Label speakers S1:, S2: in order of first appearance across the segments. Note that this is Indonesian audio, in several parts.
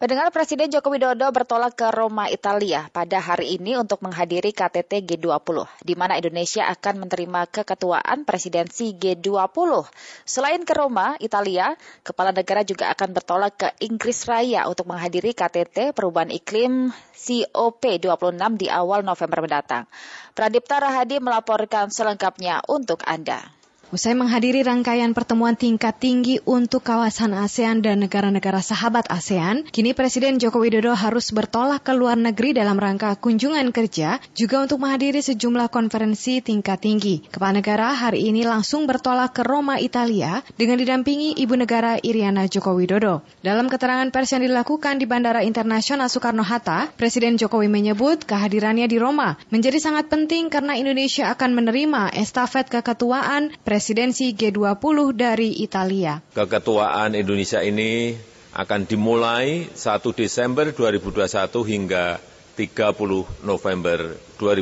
S1: Pendengar, Presiden Joko Widodo bertolak ke Roma, Italia pada hari ini untuk menghadiri KTT G20, di mana Indonesia akan menerima keketuaan presidensi G20. Selain ke Roma, Italia, Kepala Negara juga akan bertolak ke Inggris Raya untuk menghadiri KTT Perubahan Iklim COP26 di awal November mendatang. Pradipta Rahadi melaporkan selengkapnya untuk Anda.
S2: Usai menghadiri rangkaian pertemuan tingkat tinggi untuk kawasan ASEAN dan negara-negara sahabat ASEAN, kini Presiden Joko Widodo harus bertolak ke luar negeri dalam rangka kunjungan kerja, juga untuk menghadiri sejumlah konferensi tingkat tinggi. Kepala negara hari ini langsung bertolak ke Roma, Italia, dengan didampingi Ibu Negara Iriana Joko Widodo. Dalam keterangan pers yang dilakukan di Bandara Internasional Soekarno-Hatta, Presiden Jokowi menyebut kehadirannya di Roma menjadi sangat penting karena Indonesia akan menerima estafet keketuaan Presidensi G20 dari Italia.
S3: Keketuaan Indonesia ini akan dimulai 1 Desember 2021 hingga 30 November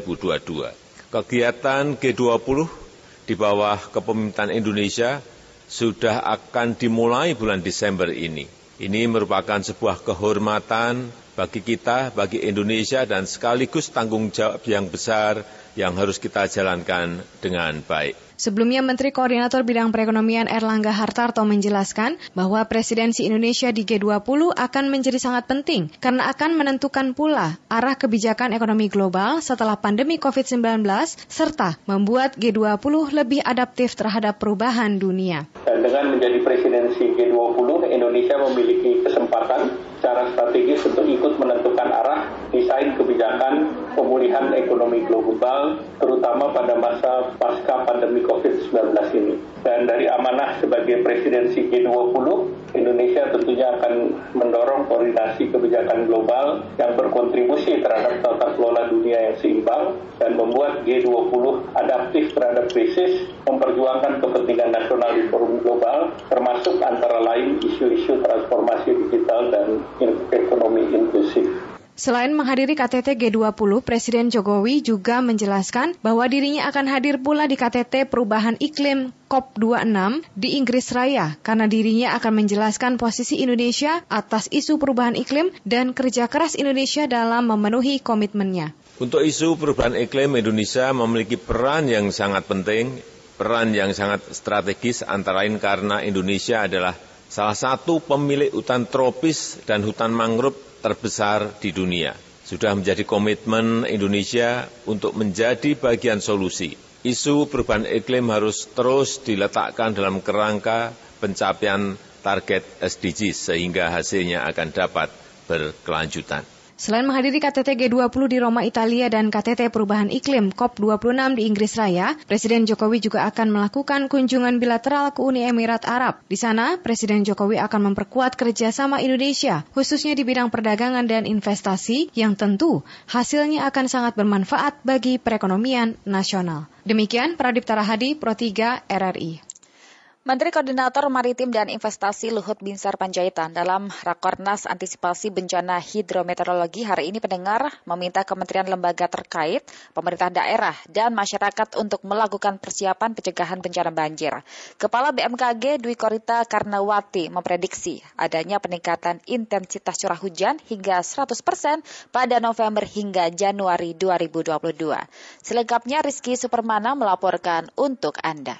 S3: 2022. Kegiatan G20 di bawah kepemimpinan Indonesia sudah akan dimulai bulan Desember ini. Ini merupakan sebuah kehormatan bagi kita, bagi Indonesia, dan sekaligus tanggung jawab yang besar yang harus kita jalankan dengan baik.
S2: Sebelumnya, Menteri Koordinator Bidang Perekonomian Erlangga Hartarto menjelaskan bahwa presidensi Indonesia di G20 akan menjadi sangat penting karena akan menentukan pula arah kebijakan ekonomi global setelah pandemi COVID-19 serta membuat G20 lebih adaptif terhadap perubahan dunia.
S4: Dan dengan menjadi presidensi G20, Indonesia memiliki kesempatan secara strategis untuk ikut menentukan arah desain kebijakan pemulihan ekonomi global, terutama pada masa pasca pandemi COVID-19 ini. Dan dari amanah sebagai presidensi G20, Indonesia tentunya akan mendorong koordinasi kebijakan global yang berkontribusi terhadap tata kelola dunia yang seimbang dan membuat G20 adaptif terhadap krisis, memperjuangkan kepentingan nasional di forum global, termasuk antara lain isu-isu transformasi digital dan ekonomi inklusif.
S2: Selain menghadiri KTT G20, Presiden Jokowi juga menjelaskan bahwa dirinya akan hadir pula di KTT Perubahan Iklim COP26 di Inggris Raya karena dirinya akan menjelaskan posisi Indonesia atas isu perubahan iklim dan kerja keras Indonesia dalam memenuhi komitmennya.
S3: Untuk isu perubahan iklim, Indonesia memiliki peran yang sangat penting, peran yang sangat strategis, antara lain karena Indonesia adalah salah satu pemilik hutan tropis dan hutan mangrove terbesar di dunia. Sudah menjadi komitmen Indonesia untuk menjadi bagian solusi. Isu perubahan iklim harus terus diletakkan dalam kerangka pencapaian target SDGs sehingga hasilnya akan dapat berkelanjutan.
S2: Selain menghadiri KTT G20 di Roma, Italia dan KTT Perubahan Iklim COP26 di Inggris Raya, Presiden Jokowi juga akan melakukan kunjungan bilateral ke Uni Emirat Arab. Di sana, Presiden Jokowi akan memperkuat kerjasama Indonesia, khususnya di bidang perdagangan dan investasi, yang tentu hasilnya akan sangat bermanfaat bagi perekonomian nasional. Demikian Pradipta Rahadi, Pro 3 RRI.
S1: Menteri Koordinator Maritim dan Investasi Luhut Binsar Panjaitan dalam Rakornas Antisipasi Bencana Hidrometeorologi hari ini pendengar meminta kementerian lembaga terkait, pemerintah daerah, dan masyarakat untuk melakukan persiapan pencegahan bencana banjir. Kepala BMKG Dwi Korita Karnawati memprediksi adanya peningkatan intensitas curah hujan hingga 100% pada November hingga Januari 2022. Selengkapnya Rizky Supermana melaporkan untuk Anda.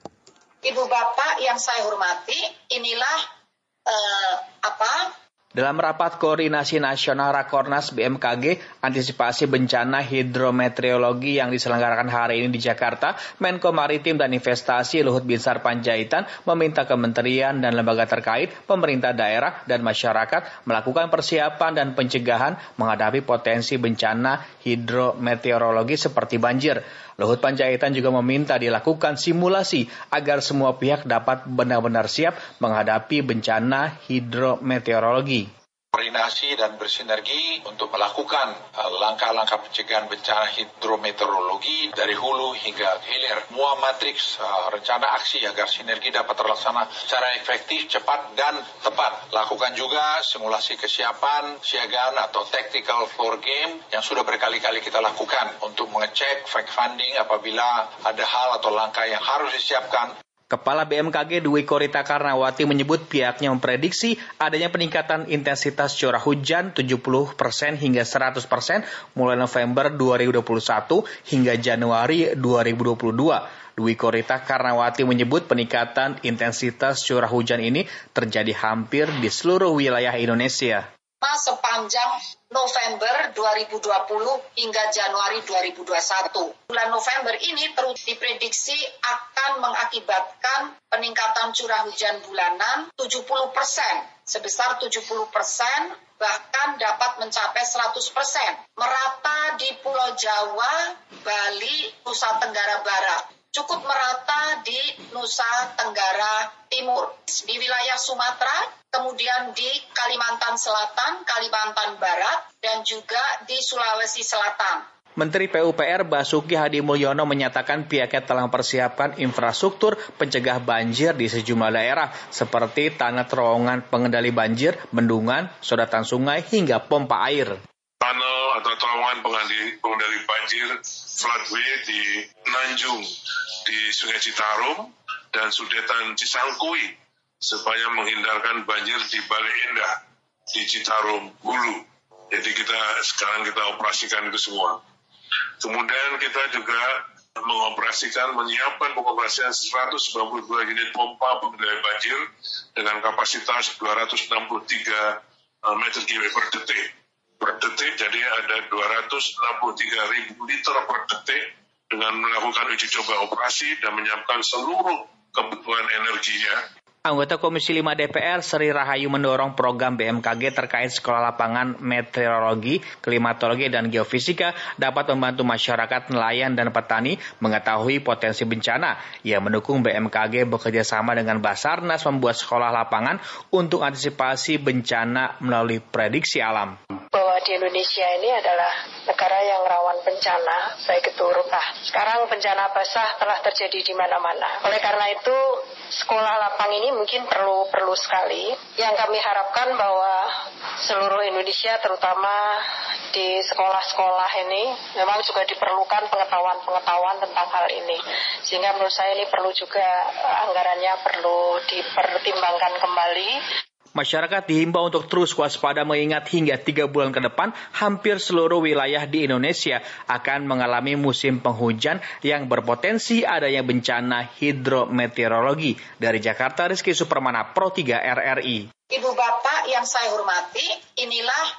S5: Ibu Bapak yang saya hormati, inilah
S6: Dalam rapat koordinasi nasional Rakornas BMKG Antisipasi Bencana Hidrometeorologi yang diselenggarakan hari ini di Jakarta, Menko Maritim dan Investasi Luhut Binsar Panjaitan meminta kementerian dan lembaga terkait, pemerintah daerah dan masyarakat melakukan persiapan dan pencegahan menghadapi potensi bencana hidrometeorologi seperti banjir. Luhut Panjaitan juga meminta dilakukan simulasi agar semua pihak dapat benar-benar siap menghadapi bencana hidrometeorologi.
S7: Koordinasi dan bersinergi untuk melakukan langkah-langkah pencegahan bencana hidrometeorologi dari hulu hingga hilir. Semua matriks rencana aksi agar sinergi dapat terlaksana secara efektif, cepat, dan tepat. Lakukan juga simulasi kesiapan, siagaan atau tactical floor game yang sudah berkali-kali kita lakukan untuk mengecek fact finding apabila ada hal atau langkah yang harus disiapkan.
S6: Kepala BMKG Dwi Korita Karnawati menyebut pihaknya memprediksi adanya peningkatan intensitas curah hujan 70% hingga 100% mulai November 2021 hingga Januari 2022. Dwi Korita Karnawati menyebut peningkatan intensitas curah hujan ini terjadi hampir di seluruh wilayah Indonesia.
S5: Sepanjang November 2020 hingga Januari 2021. Bulan November ini terus diprediksi akan mengakibatkan peningkatan curah hujan bulanan 70%, sebesar 70%, bahkan dapat mencapai 100%. Merata di Pulau Jawa, Bali, Nusa Tenggara Barat. Cukup merata di Nusa Tenggara Timur, di wilayah Sumatera, kemudian di Kalimantan Selatan, Kalimantan Barat, dan juga di Sulawesi Selatan.
S6: Menteri PUPR Basuki Hadimulyono menyatakan pihaknya telah mempersiapkan infrastruktur pencegah banjir di sejumlah daerah seperti tanah terowongan pengendali banjir, bendungan, sodatan sungai, hingga pompa air.
S8: Tunnel atau terowongan pengendali banjir floodway di Nanjung, di Sungai Citarum, dan Sudetan Cisangkui, supaya menghindarkan banjir di Bale Endah, di Citarum Hulu. Jadi sekarang kita operasikan itu semua. Kemudian kita juga menyiapkan pengoperasian 192 unit pompa pengendali banjir dengan kapasitas 263 meter kubik per detik, jadi ada 263.000 liter per detik dengan melakukan uji coba operasi dan menyiapkan seluruh kebutuhan energinya.
S6: Anggota Komisi 5 DPR Sri Rahayu mendorong program BMKG terkait sekolah lapangan meteorologi, klimatologi, dan geofisika dapat membantu masyarakat, nelayan, dan petani mengetahui potensi bencana. Ia mendukung BMKG bekerja sama dengan Basarnas membuat sekolah lapangan untuk antisipasi bencana melalui prediksi alam.
S9: Bahwa di Indonesia ini adalah negara yang rawan bencana, baik itu sekarang bencana basah telah terjadi di mana-mana. Oleh karena itu, sekolah lapang ini mungkin perlu sekali. Yang kami harapkan bahwa seluruh Indonesia, terutama di sekolah-sekolah ini, memang juga diperlukan pengetahuan tentang hal ini. Sehingga menurut saya ini perlu juga anggarannya perlu dipertimbangkan kembali.
S6: Masyarakat dihimbau untuk terus waspada mengingat hingga 3 bulan ke depan hampir seluruh wilayah di Indonesia akan mengalami musim penghujan yang berpotensi adanya bencana hidrometeorologi. Dari Jakarta, Rizky Supermana, Pro 3 RRI.
S5: Ibu Bapak yang saya hormati, inilah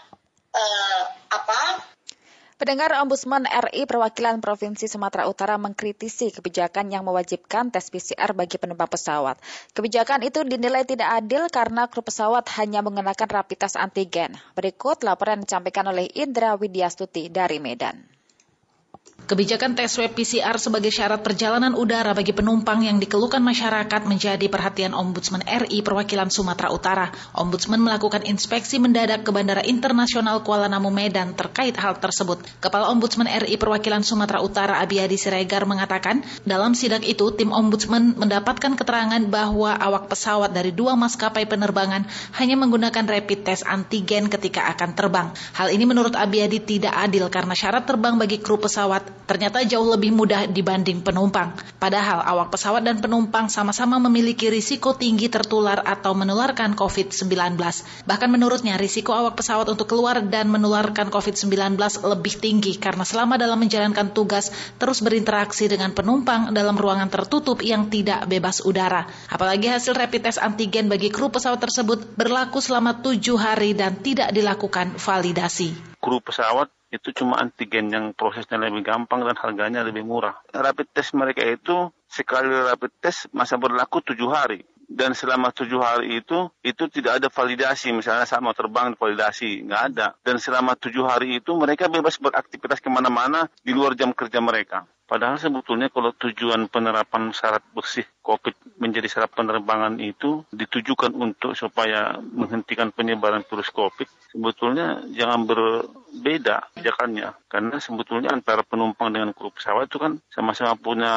S1: Pendengar, Ombudsman RI Perwakilan Provinsi Sumatera Utara mengkritisi kebijakan yang mewajibkan tes PCR bagi penumpang pesawat. Kebijakan itu dinilai tidak adil karena kru pesawat hanya menggunakan rapid test antigen. Berikut laporan yang disampaikan oleh Indra Widyastuti dari Medan.
S10: Kebijakan tes swab PCR sebagai syarat perjalanan udara bagi penumpang yang dikeluhkan masyarakat menjadi perhatian Ombudsman RI Perwakilan Sumatera Utara. Ombudsman melakukan inspeksi mendadak ke Bandara Internasional Kuala Namu Medan terkait hal tersebut. Kepala Ombudsman RI Perwakilan Sumatera Utara Abiyadi Siregar mengatakan, dalam sidak itu tim Ombudsman mendapatkan keterangan bahwa awak pesawat dari 2 maskapai penerbangan hanya menggunakan rapid test antigen ketika akan terbang. Hal ini menurut Abiyadi tidak adil karena syarat terbang bagi kru pesawat ternyata jauh lebih mudah dibanding penumpang. Padahal awak pesawat dan penumpang sama-sama memiliki risiko tinggi tertular atau menularkan COVID-19. Bahkan menurutnya risiko awak pesawat untuk keluar dan menularkan COVID-19 lebih tinggi karena selama dalam menjalankan tugas terus berinteraksi dengan penumpang dalam ruangan tertutup yang tidak bebas udara. Apalagi hasil rapid test antigen bagi kru pesawat tersebut berlaku selama 7 hari dan tidak dilakukan validasi.
S11: Kru pesawat itu cuma antigen yang prosesnya lebih gampang dan harganya lebih murah. Rapid test mereka itu sekali rapid test masa berlaku 7 hari. Dan selama 7 hari itu tidak ada validasi. Misalnya saat mau terbang validasi, nggak ada. Dan selama 7 hari itu mereka bebas beraktivitas kemana-mana di luar jam kerja mereka. Padahal sebetulnya kalau tujuan penerapan syarat bersih COVID menjadi syarat penerbangan itu ditujukan untuk supaya menghentikan penyebaran virus COVID, sebetulnya jangan berbeda kebijakannya. Karena sebetulnya antara penumpang dengan kru pesawat itu kan sama-sama punya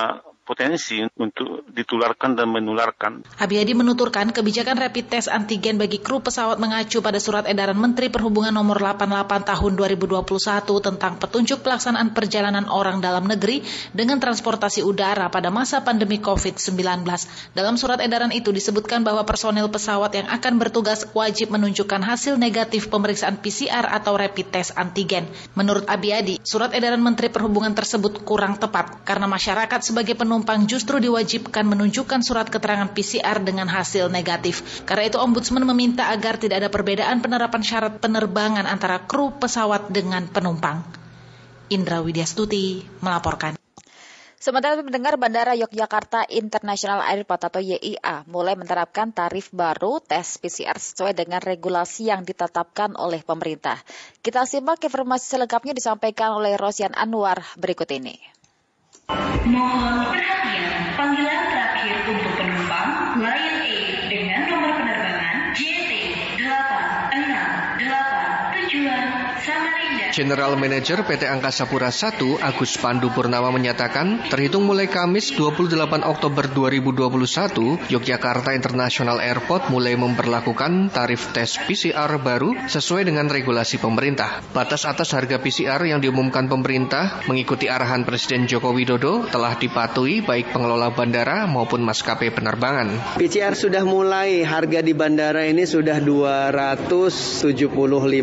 S11: potensi untuk ditularkan dan menularkan.
S10: Abiyadi menuturkan kebijakan rapid test antigen bagi kru pesawat mengacu pada Surat Edaran Menteri Perhubungan Nomor 88 Tahun 2021 tentang petunjuk pelaksanaan perjalanan orang dalam negeri dengan transportasi udara pada masa pandemi COVID-19. Dalam surat edaran itu disebutkan bahwa personel pesawat yang akan bertugas wajib menunjukkan hasil negatif pemeriksaan PCR atau rapid test antigen. Menurut Abiyadi, surat edaran Menteri Perhubungan tersebut kurang tepat karena masyarakat sebagai penumpang justru diwajibkan menunjukkan surat keterangan PCR dengan hasil negatif. Karena itu Ombudsman meminta agar tidak ada perbedaan penerapan syarat penerbangan antara kru pesawat dengan penumpang. Indra Widyastuti melaporkan.
S1: Sementara pendengar Bandara Yogyakarta International Airport atau YIA mulai menerapkan tarif baru tes PCR sesuai dengan regulasi yang ditetapkan oleh pemerintah. Kita simak informasi selengkapnya disampaikan oleh Rosian Anwar berikut ini.
S12: Mohon perhatian, panggilan terakhir untuk penumpang Lion Air dengan nomor penerbangan JT8687 tujuan Samarinda.
S13: General Manager PT Angkasa Pura I Agus Pandu Purnama menyatakan, terhitung mulai Kamis 28 Oktober 2021, Yogyakarta International Airport mulai memperlakukan tarif tes PCR baru sesuai dengan regulasi pemerintah. Batas atas harga PCR yang diumumkan pemerintah mengikuti arahan Presiden Joko Widodo telah dipatuhi baik pengelola bandara maupun maskapai penerbangan.
S14: PCR sudah mulai, harga di bandara ini sudah 275.000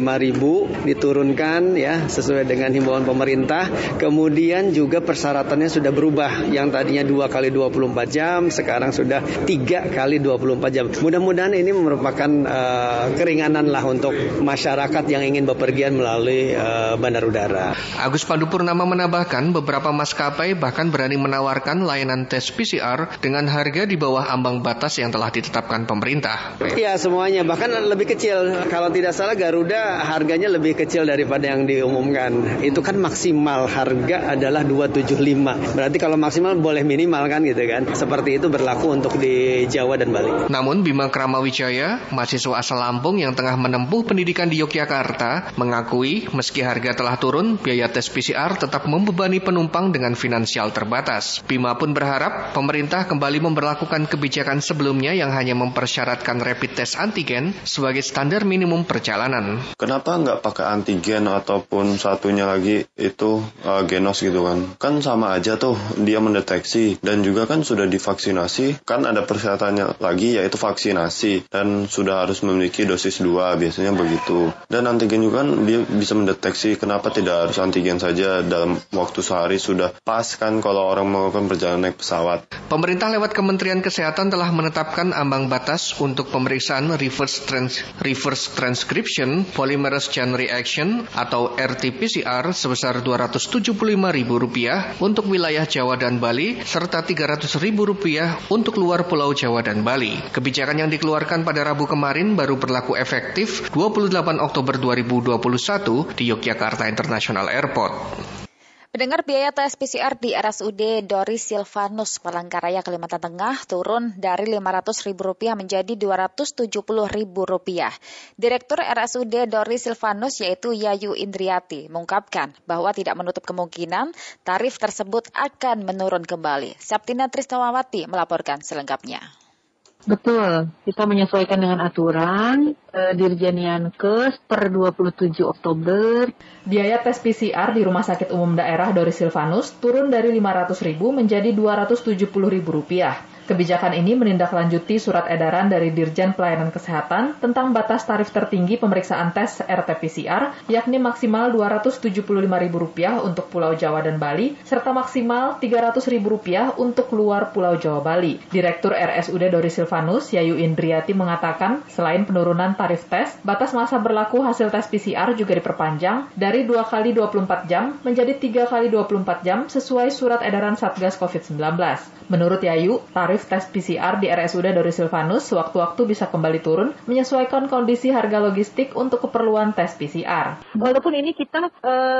S14: diturunkan ya sesuai dengan himbauan pemerintah. Kemudian juga persyaratannya sudah berubah, yang tadinya 2 kali 24 jam sekarang sudah 3 kali 24 jam. Mudah-mudahan ini merupakan keringanan lah untuk masyarakat yang ingin bepergian melalui bandar udara.
S13: Agus Pandu Purnama menambahkan beberapa maskapai bahkan berani menawarkan layanan tes PCR dengan harga di bawah ambang batas yang telah ditetapkan pemerintah.
S14: Iya, semuanya bahkan lebih kecil. Kalau tidak salah Garuda harganya lebih kecil daripada yang diumumkan. Itu kan maksimal harga adalah 275. Berarti kalau maksimal boleh minimal kan gitu kan. Seperti itu berlaku untuk di Jawa dan Bali.
S13: Namun Bima Kramawijaya, mahasiswa asal Lampung yang tengah menempuh pendidikan di Yogyakarta, mengakui meski harga telah turun, biaya tes PCR tetap membebani penumpang dengan finansial terbatas. Bima pun berharap pemerintah kembali memberlakukan kebijakan sebelumnya yang hanya mempersyaratkan rapid test antigen sebagai standar minimum perjalanan.
S15: Kenapa nggak pakai antigen ataupun satunya lagi itu genos gitu kan? Kan sama aja tuh dia mendeteksi dan juga kan sudah divaksinasi, kan ada persyaratannya lagi yaitu vaksinasi dan sudah harus memiliki dosis 2 biasanya begitu. Dan antigen juga kan dia bisa mendeteksi, kenapa tidak harus antigen saja dalam waktu sehari sudah pas kan kalau orang melakukan perjalanan naik pesawat.
S13: Pemerintah lewat Kementerian Kesehatan telah menetapkan ambang batas untuk pemeriksaan reverse transcription polymerase chain reaction atau RT-PCR sebesar Rp275.000 untuk wilayah Jawa dan Bali serta Rp300.000 untuk luar Pulau Jawa dan Bali. Kebijakan yang dikeluarkan pada Rabu kemarin baru berlaku efektif 28 Oktober 2021 di Yogyakarta International Airport.
S1: Pendengar, biaya tes PCR di RSUD Doris Silvanus Palangkaraya Kalimantan Tengah turun dari Rp500.000 menjadi Rp270.000. Direktur RSUD Doris Silvanus yaitu Yayu Indriati mengungkapkan bahwa tidak menutup kemungkinan tarif tersebut akan menurun kembali. Saptina Trisnawati melaporkan selengkapnya.
S16: Betul, kita menyesuaikan dengan aturan Dirjen Yankes per 27 Oktober.
S17: Biaya tes PCR di Rumah Sakit Umum Daerah Doris Silvanus turun dari Rp500.000 menjadi Rp270.000. Kebijakan ini menindaklanjuti surat edaran dari Dirjen Pelayanan Kesehatan tentang batas tarif tertinggi pemeriksaan tes RT-PCR, yakni maksimal Rp275.000 untuk Pulau Jawa dan Bali, serta maksimal Rp300.000 untuk luar Pulau Jawa Bali. Direktur RSUD Doris Silvanus, Yayu Indriati mengatakan, selain penurunan tarif tes, batas masa berlaku hasil tes PCR juga diperpanjang dari 2 kali 24 jam menjadi 3 kali 24 jam sesuai surat edaran Satgas COVID-19. Menurut Yayu, tarif tes PCR di RSUD Doris Silvanus sewaktu-waktu bisa kembali turun, menyesuaikan kondisi harga logistik untuk keperluan tes PCR.
S16: Walaupun ini kita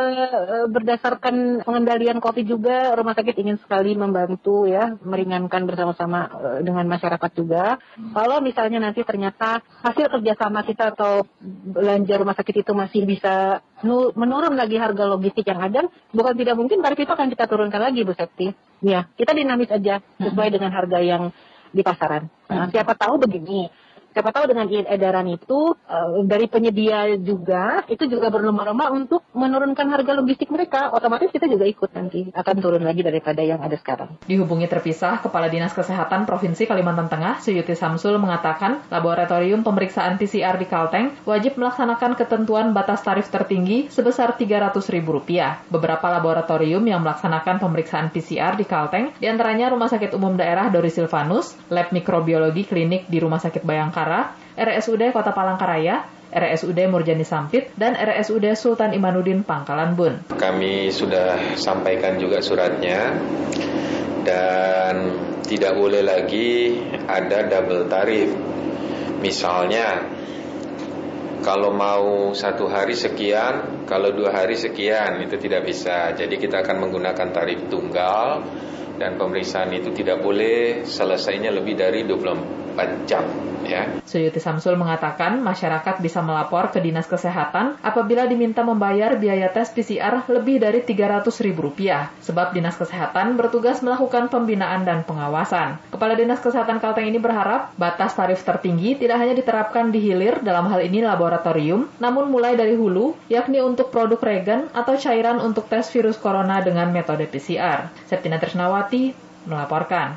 S16: berdasarkan pengendalian COVID juga, rumah sakit ingin sekali membantu ya, meringankan bersama-sama dengan masyarakat juga. Kalau misalnya nanti ternyata hasil kerjasama kita atau belanja rumah sakit itu masih bisa menurun lagi harga logistik yang ada, bukan tidak mungkin tarif itu akan kita turunkan lagi, Bu Septi. Ya, kita dinamis aja sesuai dengan harga yang di pasaran. Nah, siapa tahu begini. Siapa tahu dengan edaran itu dari penyedia juga, itu juga berlomba-lomba untuk menurunkan harga logistik mereka. Otomatis kita juga ikut nanti, akan turun lagi daripada yang ada sekarang.
S17: Dihubungi terpisah, Kepala Dinas Kesehatan Provinsi Kalimantan Tengah, Suyuti Samsul mengatakan laboratorium pemeriksaan PCR di Kalteng wajib melaksanakan ketentuan batas tarif tertinggi sebesar Rp300.000. Beberapa laboratorium yang melaksanakan pemeriksaan PCR di Kalteng, diantaranya Rumah Sakit Umum Daerah Dori Silvanus, Lab Mikrobiologi Klinik di Rumah Sakit Bayangkara, RSUD Kota Palangkaraya, RSUD Murjani Sampit, dan RSUD Sultan Imanuddin Pangkalan Bun.
S18: Kami sudah sampaikan juga suratnya, dan tidak boleh lagi ada double tarif. Misalnya, kalau mau 1 hari sekian, kalau 2 hari sekian, itu tidak bisa. Jadi kita akan menggunakan tarif tunggal, dan pemeriksaan itu tidak boleh selesainya lebih dari 24 jam. Ya.
S17: Suyuti Samsul mengatakan masyarakat bisa melapor ke Dinas Kesehatan apabila diminta membayar biaya tes PCR lebih dari Rp300.000, sebab Dinas Kesehatan bertugas melakukan pembinaan dan pengawasan. Kepala Dinas Kesehatan Kalteng ini berharap batas tarif tertinggi tidak hanya diterapkan di hilir, dalam hal ini laboratorium, namun mulai dari hulu, yakni untuk produk regen atau cairan untuk tes virus corona dengan metode PCR. Septina Trisnawati melaporkan.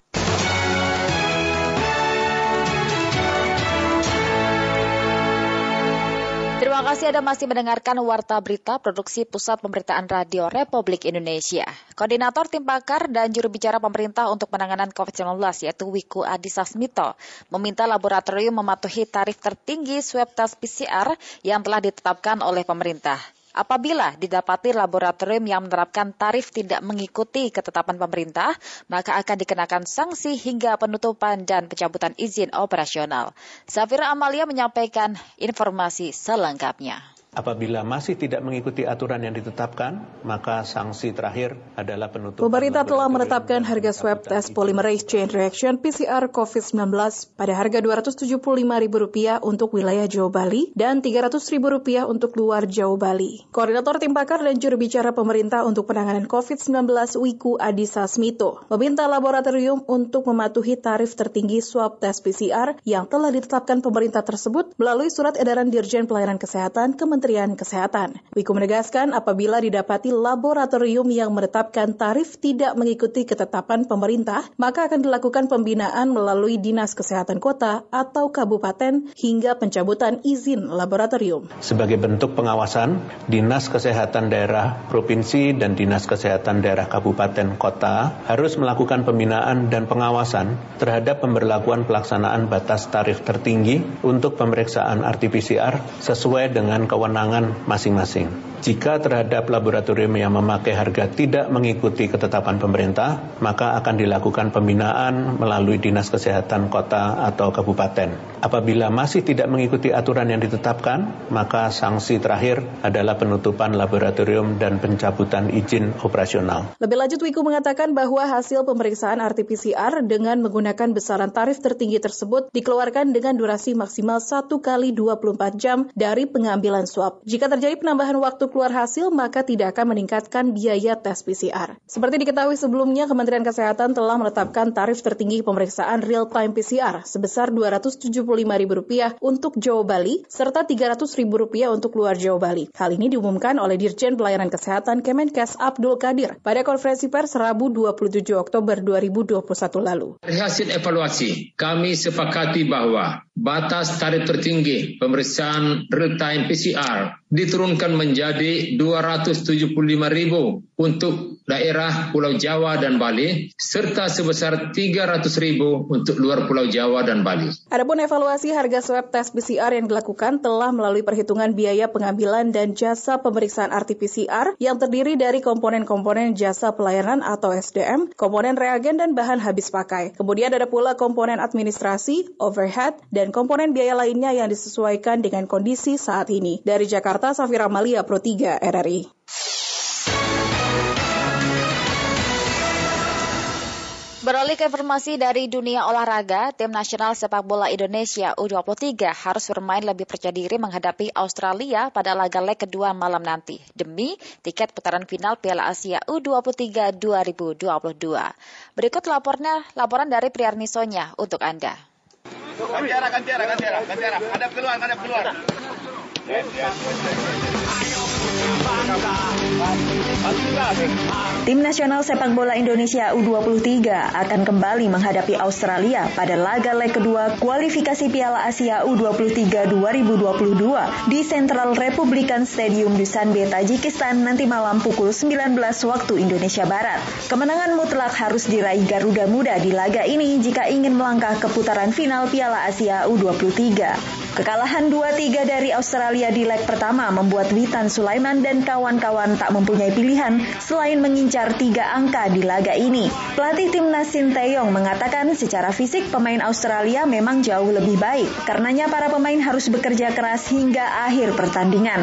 S1: Terima kasih Anda masih mendengarkan Warta Berita Produksi Pusat Pemberitaan Radio Republik Indonesia. Koordinator Tim Pakar dan Juru Bicara Pemerintah untuk Penanganan COVID-19 yaitu Wiku Adhisa Smito meminta laboratorium mematuhi tarif tertinggi swab tes PCR yang telah ditetapkan oleh pemerintah. Apabila didapati laboratorium yang menerapkan tarif tidak mengikuti ketetapan pemerintah, maka akan dikenakan sanksi hingga penutupan dan pencabutan izin operasional. Safira Amalia menyampaikan informasi selengkapnya.
S19: Apabila masih tidak mengikuti aturan yang ditetapkan, maka sanksi terakhir adalah penutupan.
S20: Pemerintah telah menetapkan harga swab tes polymerase chain reaction PCR COVID-19 pada harga Rp275.000 untuk wilayah Jawa Bali dan Rp300.000 untuk luar Jawa Bali. Koordinator Tim Pakar dan Juru Bicara Pemerintah untuk Penanganan COVID-19 Wiku Adhisa Smito meminta laboratorium untuk mematuhi tarif tertinggi swab tes PCR yang telah ditetapkan pemerintah tersebut melalui Surat Edaran Dirjen Pelayanan Kesehatan Kementerian Kesehatan. Wiku menegaskan apabila didapati laboratorium yang menetapkan tarif tidak mengikuti ketetapan pemerintah, maka akan dilakukan pembinaan melalui Dinas Kesehatan Kota atau Kabupaten hingga pencabutan izin laboratorium.
S19: Sebagai bentuk pengawasan, Dinas Kesehatan Daerah Provinsi dan Dinas Kesehatan Daerah Kabupaten Kota harus melakukan pembinaan dan pengawasan terhadap pemberlakuan pelaksanaan batas tarif tertinggi untuk pemeriksaan RT-PCR sesuai dengan kewenangan masing-masing. Jika terhadap laboratorium yang memakai harga tidak mengikuti ketetapan pemerintah, maka akan dilakukan pembinaan melalui Dinas Kesehatan Kota atau Kabupaten. Apabila masih tidak mengikuti aturan yang ditetapkan, maka sanksi terakhir adalah penutupan laboratorium dan pencabutan izin operasional.
S20: Lebih lanjut, Wiku mengatakan bahwa hasil pemeriksaan RT-PCR dengan menggunakan besaran tarif tertinggi tersebut dikeluarkan dengan durasi maksimal 1 kali 24 jam dari pengambilan swab. Jika terjadi penambahan waktu keluar hasil, maka tidak akan meningkatkan biaya tes PCR. Seperti diketahui sebelumnya, Kementerian Kesehatan telah menetapkan tarif tertinggi pemeriksaan real-time PCR sebesar Rp275.000 untuk Jawa Bali, serta Rp300.000 untuk luar Jawa Bali. Hal ini diumumkan oleh Dirjen Pelayanan Kesehatan Kemenkes Abdul Qadir pada konferensi pers Rabu 27 Oktober 2021 lalu.
S21: Dari hasil evaluasi, kami sepakati bahwa batas tarif tertinggi pemeriksaan real-time PCR diturunkan menjadi Rp275.000 untuk daerah Pulau Jawa dan Bali, serta sebesar Rp300.000 untuk luar Pulau Jawa dan Bali.
S20: Adapun evaluasi harga swab tes PCR yang dilakukan telah melalui perhitungan biaya pengambilan dan jasa pemeriksaan RT-PCR yang terdiri dari komponen-komponen jasa pelayanan atau SDM, komponen reagen dan bahan habis pakai. Kemudian ada pula komponen administrasi, overhead, dan komponen biaya lainnya yang disesuaikan dengan kondisi saat ini. Dari Jakarta, Safira Amalia, Pro 3 RRI.
S1: Beralih ke informasi dari dunia olahraga, tim nasional sepak bola Indonesia U23 harus bermain lebih percaya diri menghadapi Australia pada laga leg kedua malam nanti demi tiket putaran final Piala Asia U23 2022. Berikut laporan dari Priarni Sonya untuk Anda.
S4: Gantiara. Ada keluar.
S22: Tim nasional sepak bola Indonesia U23 akan kembali menghadapi Australia pada laga leg kedua kualifikasi Piala Asia U23 2022 di Central Republican Stadium Dushanbe, Tajikistan nanti malam pukul 19 waktu Indonesia Barat. Kemenangan mutlak harus diraih Garuda Muda di laga ini jika ingin melangkah ke putaran final Piala Asia U23. Kekalahan 2-3 dari Australia di leg pertama membuat Witan Sulaiman dan kawan-kawan tak mempunyai pilihan selain mengincar 3 angka di laga ini. Pelatih timnas Sinteyong mengatakan secara fisik pemain Australia memang jauh lebih baik. Karenanya para pemain harus bekerja keras hingga akhir pertandingan.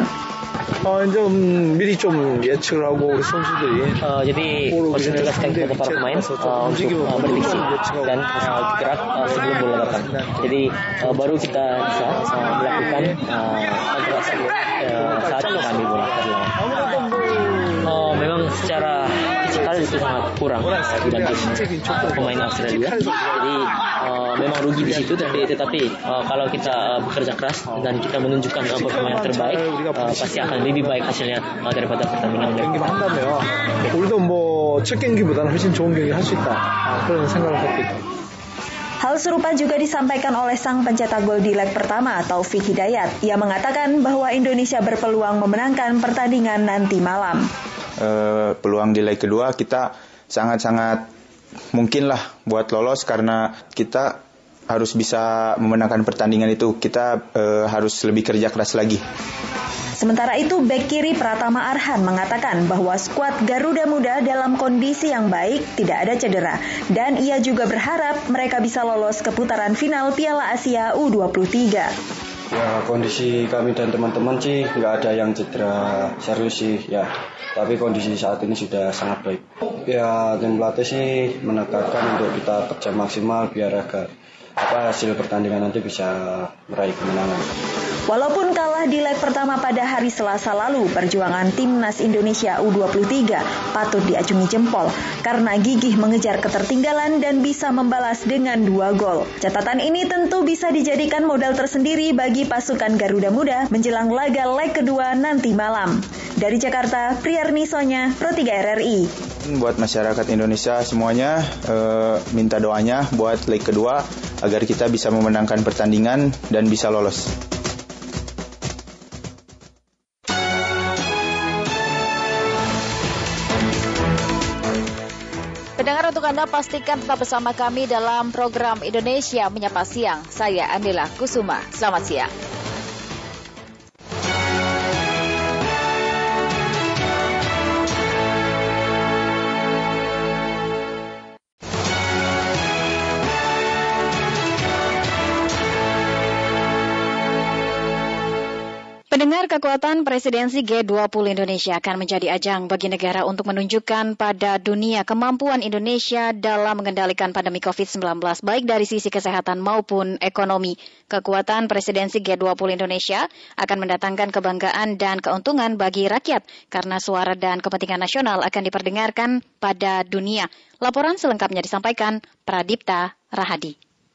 S23: Jadi konsentrasikan kepada para pemain untuk berdiksi dan gerak sebelum bola datang. Jadi baru kita bisa melakukan konsentrasi saat kami bola terlalu. Memang secara fisikal itu sangat kurang dibanding pemain Australia. Jadi memang rugi di situ, tetapi kalau kita bekerja keras dan kita menunjukkan permainan terbaik, pasti akan lebih baik hasilnya daripada pertandingan lain.
S24: 우리도 첫 경기보다는 훨씬 좋은 경기 할 수 있다. 그런 생각을 갖고 있다.
S22: Hal serupa juga disampaikan oleh sang pencetak gol di leg pertama, Taufik Hidayat. Ia mengatakan bahwa Indonesia berpeluang memenangkan pertandingan nanti malam.
S25: Peluang di leg kedua kita sangat-sangat mungkinlah buat lolos karena kita harus bisa memenangkan pertandingan itu. Kita harus lebih kerja keras lagi.
S22: Sementara itu, bek kiri Pratama Arhan mengatakan bahwa skuad Garuda Muda dalam kondisi yang baik, tidak ada cedera. Dan ia juga berharap mereka bisa lolos ke putaran final Piala Asia U23.
S26: Ya, kondisi kami dan teman-teman sih nggak ada yang cedera serius sih ya. Tapi kondisi saat ini sudah sangat baik. Ya, tim pelatih sih menekankan untuk kita kerja maksimal biar hasil pertandingan nanti bisa meraih kemenangan.
S22: Walaupun kalah di leg pertama pada hari Selasa lalu, perjuangan timnas Indonesia U23 patut diacungi jempol karena gigih mengejar ketertinggalan dan bisa membalas dengan 2 gol. Catatan ini tentu bisa dijadikan modal tersendiri bagi pasukan Garuda Muda menjelang laga leg kedua nanti malam. Dari Jakarta, Priarni Sonya, Pro3 RRI.
S25: Buat masyarakat Indonesia semuanya, minta doanya buat leg kedua agar kita bisa memenangkan pertandingan dan bisa lolos.
S1: Pendengar, untuk Anda pastikan tetap bersama kami dalam program Indonesia Menyapa Siang. Saya Andila Kusuma. Selamat siang.
S2: Pendengar, kekuatan presidensi G20 Indonesia akan menjadi ajang bagi negara untuk menunjukkan pada dunia kemampuan Indonesia dalam mengendalikan pandemi COVID-19, baik dari sisi kesehatan maupun ekonomi. Kekuatan presidensi G20 Indonesia akan mendatangkan kebanggaan dan keuntungan bagi rakyat, karena suara dan kepentingan nasional akan diperdengarkan pada dunia. Laporan selengkapnya disampaikan Pradipta Rahadi.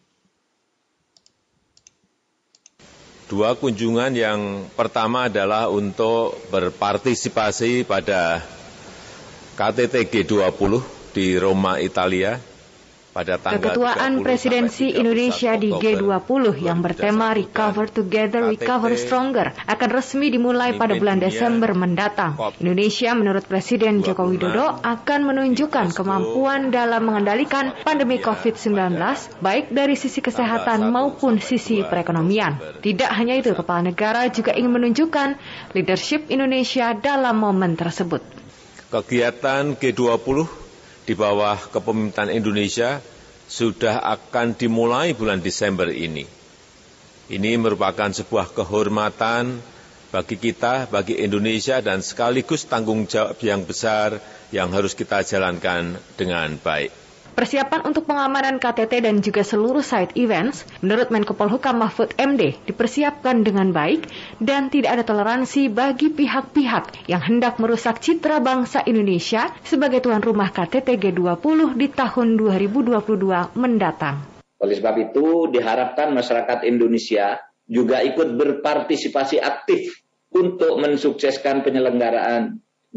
S3: 2 kunjungan, yang pertama adalah untuk berpartisipasi pada KTT G20 di Roma, Italia. Pada tanggal
S2: Keketuaan Presidensi Indonesia di G20 yang bertema Recover Together, Recover Stronger akan resmi dimulai pada bulan Desember mendatang. Indonesia menurut Presiden Joko Widodo akan menunjukkan kemampuan dalam mengendalikan pandemi COVID-19 baik dari sisi kesehatan maupun sisi perekonomian. Tidak hanya itu, kepala negara juga ingin menunjukkan leadership Indonesia dalam momen tersebut.
S3: Kegiatan G20 di bawah kepemimpinan Indonesia sudah akan dimulai bulan Desember ini. Ini merupakan sebuah kehormatan bagi kita, bagi Indonesia, dan sekaligus tanggung jawab yang besar yang harus kita jalankan dengan baik.
S2: Persiapan untuk pengamanan KTT dan juga seluruh side events, menurut Menko Polhukam Mahfud MD, dipersiapkan dengan baik dan tidak ada toleransi bagi pihak-pihak yang hendak merusak citra bangsa Indonesia sebagai tuan rumah KTT G20 di tahun 2022 mendatang.
S5: Oleh sebab itu, diharapkan masyarakat Indonesia juga ikut berpartisipasi aktif untuk mensukseskan penyelenggaraan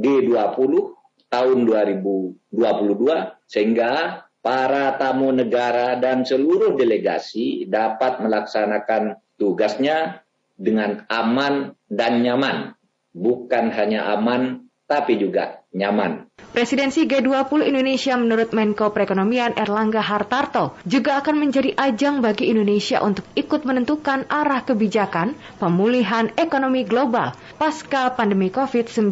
S5: G20 tahun 2022 sehingga para tamu negara dan seluruh delegasi dapat melaksanakan tugasnya dengan aman dan nyaman. Bukan hanya aman, tapi juga nyaman.
S2: Presidensi G20 Indonesia menurut Menko Perekonomian Erlangga Hartarto juga akan menjadi ajang bagi Indonesia untuk ikut menentukan arah kebijakan pemulihan ekonomi global pasca pandemi COVID-19.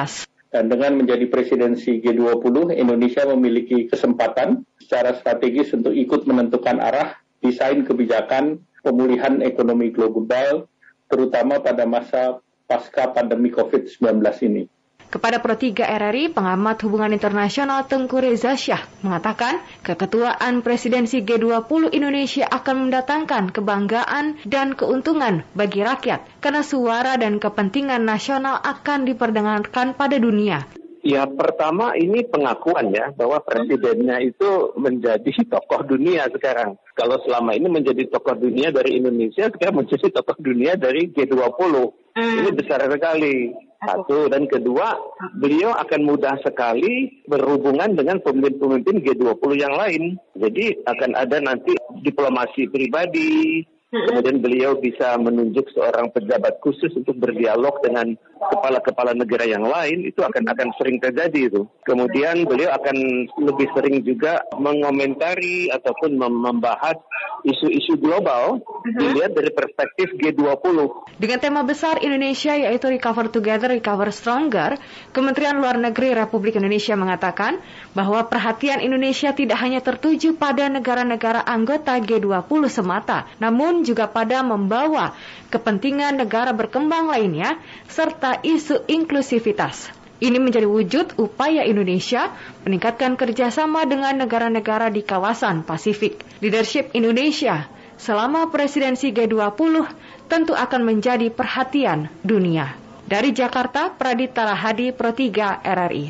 S6: Dan dengan menjadi presidensi G20, Indonesia memiliki kesempatan secara strategis untuk ikut menentukan arah desain kebijakan pemulihan ekonomi global, terutama pada masa pasca pandemi COVID-19 ini.
S2: Kepada Pro 3 RRI, pengamat hubungan internasional Tengku Reza Syah mengatakan keketuaan presidensi G20 Indonesia akan mendatangkan kebanggaan dan keuntungan bagi rakyat karena suara dan kepentingan nasional akan diperdengarkan pada dunia.
S6: Ya, pertama ini pengakuan ya bahwa presidennya itu menjadi tokoh dunia sekarang. Kalau selama ini menjadi tokoh dunia dari Indonesia, sekarang menjadi tokoh dunia dari G20. Ini besar sekali. Satu, dan kedua, beliau akan mudah sekali berhubungan dengan pemimpin-pemimpin G20 yang lain. Jadi akan ada nanti diplomasi pribadi, kemudian beliau bisa menunjuk seorang pejabat khusus untuk berdialog dengan kepala-kepala negara yang lain, itu akan sering terjadi itu. Kemudian beliau akan lebih sering juga mengomentari ataupun membahas isu-isu global dilihat dari perspektif G20.
S2: Dengan tema besar Indonesia yaitu Recover Together, Recover Stronger, Kementerian Luar Negeri Republik Indonesia mengatakan bahwa perhatian Indonesia tidak hanya tertuju pada negara-negara anggota G20 semata, namun juga pada membawa kepentingan negara berkembang lainnya serta isu inklusivitas. Ini menjadi wujud upaya Indonesia meningkatkan kerjasama dengan negara-negara di kawasan Pasifik. Leadership Indonesia selama presidensi G20 tentu akan menjadi perhatian dunia. Dari Jakarta, Pradita Rahadi, Pro 3 RRI.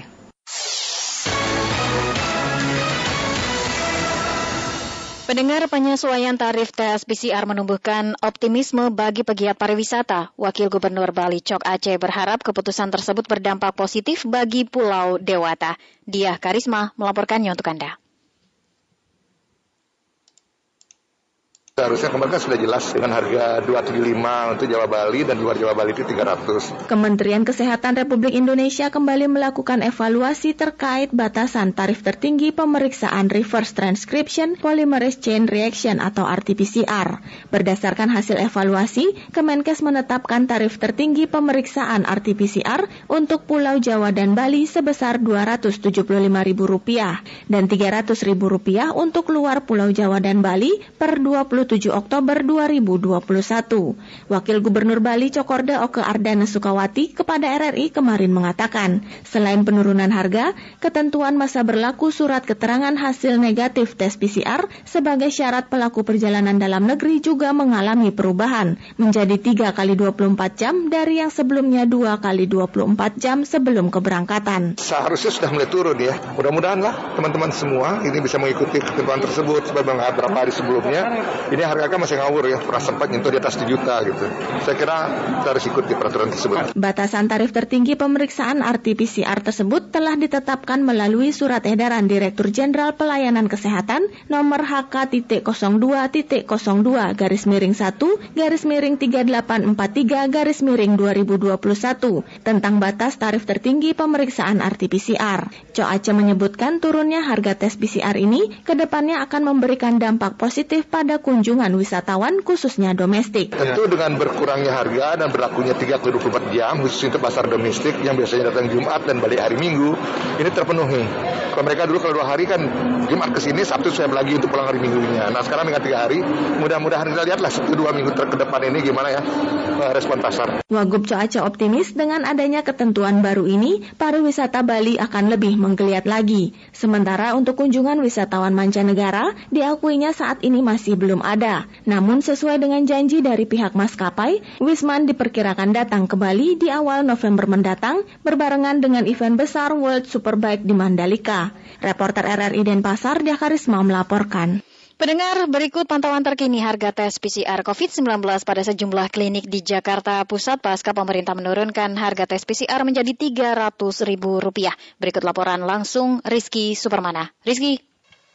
S1: Pendengar, penyesuaian tarif tes PCR menumbuhkan optimisme bagi pegiat pariwisata. Wakil Gubernur Bali Cok Aceh berharap keputusan tersebut berdampak positif bagi Pulau Dewata. Diah Karisma melaporkannya untuk Anda.
S7: Seharusnya kemarin kan sudah jelas dengan harga 275 untuk Jawa Bali dan luar Jawa Bali itu 300.
S8: Kementerian Kesehatan Republik Indonesia kembali melakukan evaluasi terkait batasan tarif tertinggi pemeriksaan reverse transcription polymerase chain reaction atau RT-PCR. Berdasarkan hasil evaluasi, Kemenkes menetapkan tarif tertinggi pemeriksaan RT-PCR untuk Pulau Jawa dan Bali sebesar Rp275.000 dan Rp300.000 untuk luar Pulau Jawa dan Bali per 27 Oktober 2021. Wakil Gubernur Bali Cokorda Oke Ardana Sukawati kepada RRI kemarin mengatakan, selain penurunan harga, ketentuan masa berlaku surat keterangan hasil negatif tes PCR sebagai syarat pelaku perjalanan dalam negeri juga mengalami perubahan menjadi 3 kali 24 jam dari yang sebelumnya 2 kali 24 jam sebelum keberangkatan.
S7: Seharusnya sudah mulai turun ya. Mudah-mudahan lah teman-teman semua ini bisa mengikuti ketentuan tersebut sebab beberapa hari sebelumnya ini harga masih ngawur ya, pernah sempat nyentuh di atas 1 juta gitu. Saya kira kita harus ikuti peraturan tersebut.
S8: Batasan tarif tertinggi pemeriksaan RT-PCR tersebut telah ditetapkan melalui surat edaran Direktur Jenderal Pelayanan Kesehatan nomor HK.02-02-garis-3843-3821 tentang batas tarif tertinggi pemeriksaan RT-PCR. Co Aceh menyebutkan turunnya harga tes PCR ini kedepannya akan memberikan dampak positif pada kunjungan kunjungan wisatawan khususnya domestik.
S7: Tentu dengan berkurangnya harga dan berlakunya 3x24 jam khusus untuk pasar domestik yang biasanya datang Jumat dan balik hari Minggu, ini terpenuhi. Kalau mereka dulu kalau 2 hari kan Jumat ke sini, Sabtu saya lagi untuk pulang hari Minggunya. Nah sekarang dengan 3 hari, mudah-mudahan kita lihatlah 1-2 minggu ke depan ini gimana ya respon pasar.
S8: Wagub Coaca optimis dengan adanya ketentuan baru ini, pariwisata Bali akan lebih menggeliat lagi. Sementara untuk kunjungan wisatawan mancanegara, diakuinya saat ini masih belum ada. Namun sesuai dengan janji dari pihak maskapai, Wisman diperkirakan datang ke Bali di awal November mendatang, berbarengan dengan event besar World Superbike di Mandalika. Reporter RRI Denpasar, Diah Karisma melaporkan.
S1: Pendengar, berikut pantauan terkini harga tes PCR COVID-19 pada sejumlah klinik di Jakarta Pusat pasca pemerintah menurunkan harga tes PCR menjadi Rp300.000. Berikut laporan langsung Rizky Supermana. Rizky.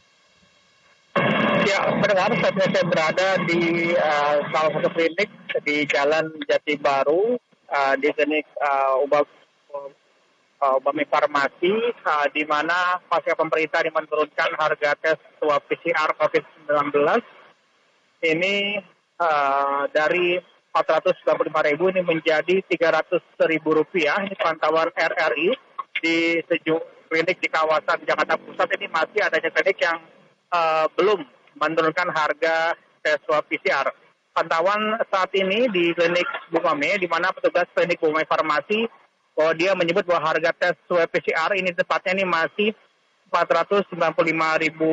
S9: Ya, pendengar, saat ini saya berada di salah satu klinik di Jalan Jati Baru, di klinik Ubami Farmasi, di mana pasca pemerintah menurunkan harga tes swab PCR COVID-19 ini dari Rp495.000 ini menjadi Rp300.000. Ini pantauan RRI di sejumlah klinik di kawasan Jakarta Pusat. Ini masih adanya klinik yang belum menurunkan harga tes swab PCR. Pantauan saat ini di klinik Bumame, di mana petugas klinik Bumame Farmasi dia menyebut bahwa harga tes swab PCR ini tepatnya ini masih Rp495.000.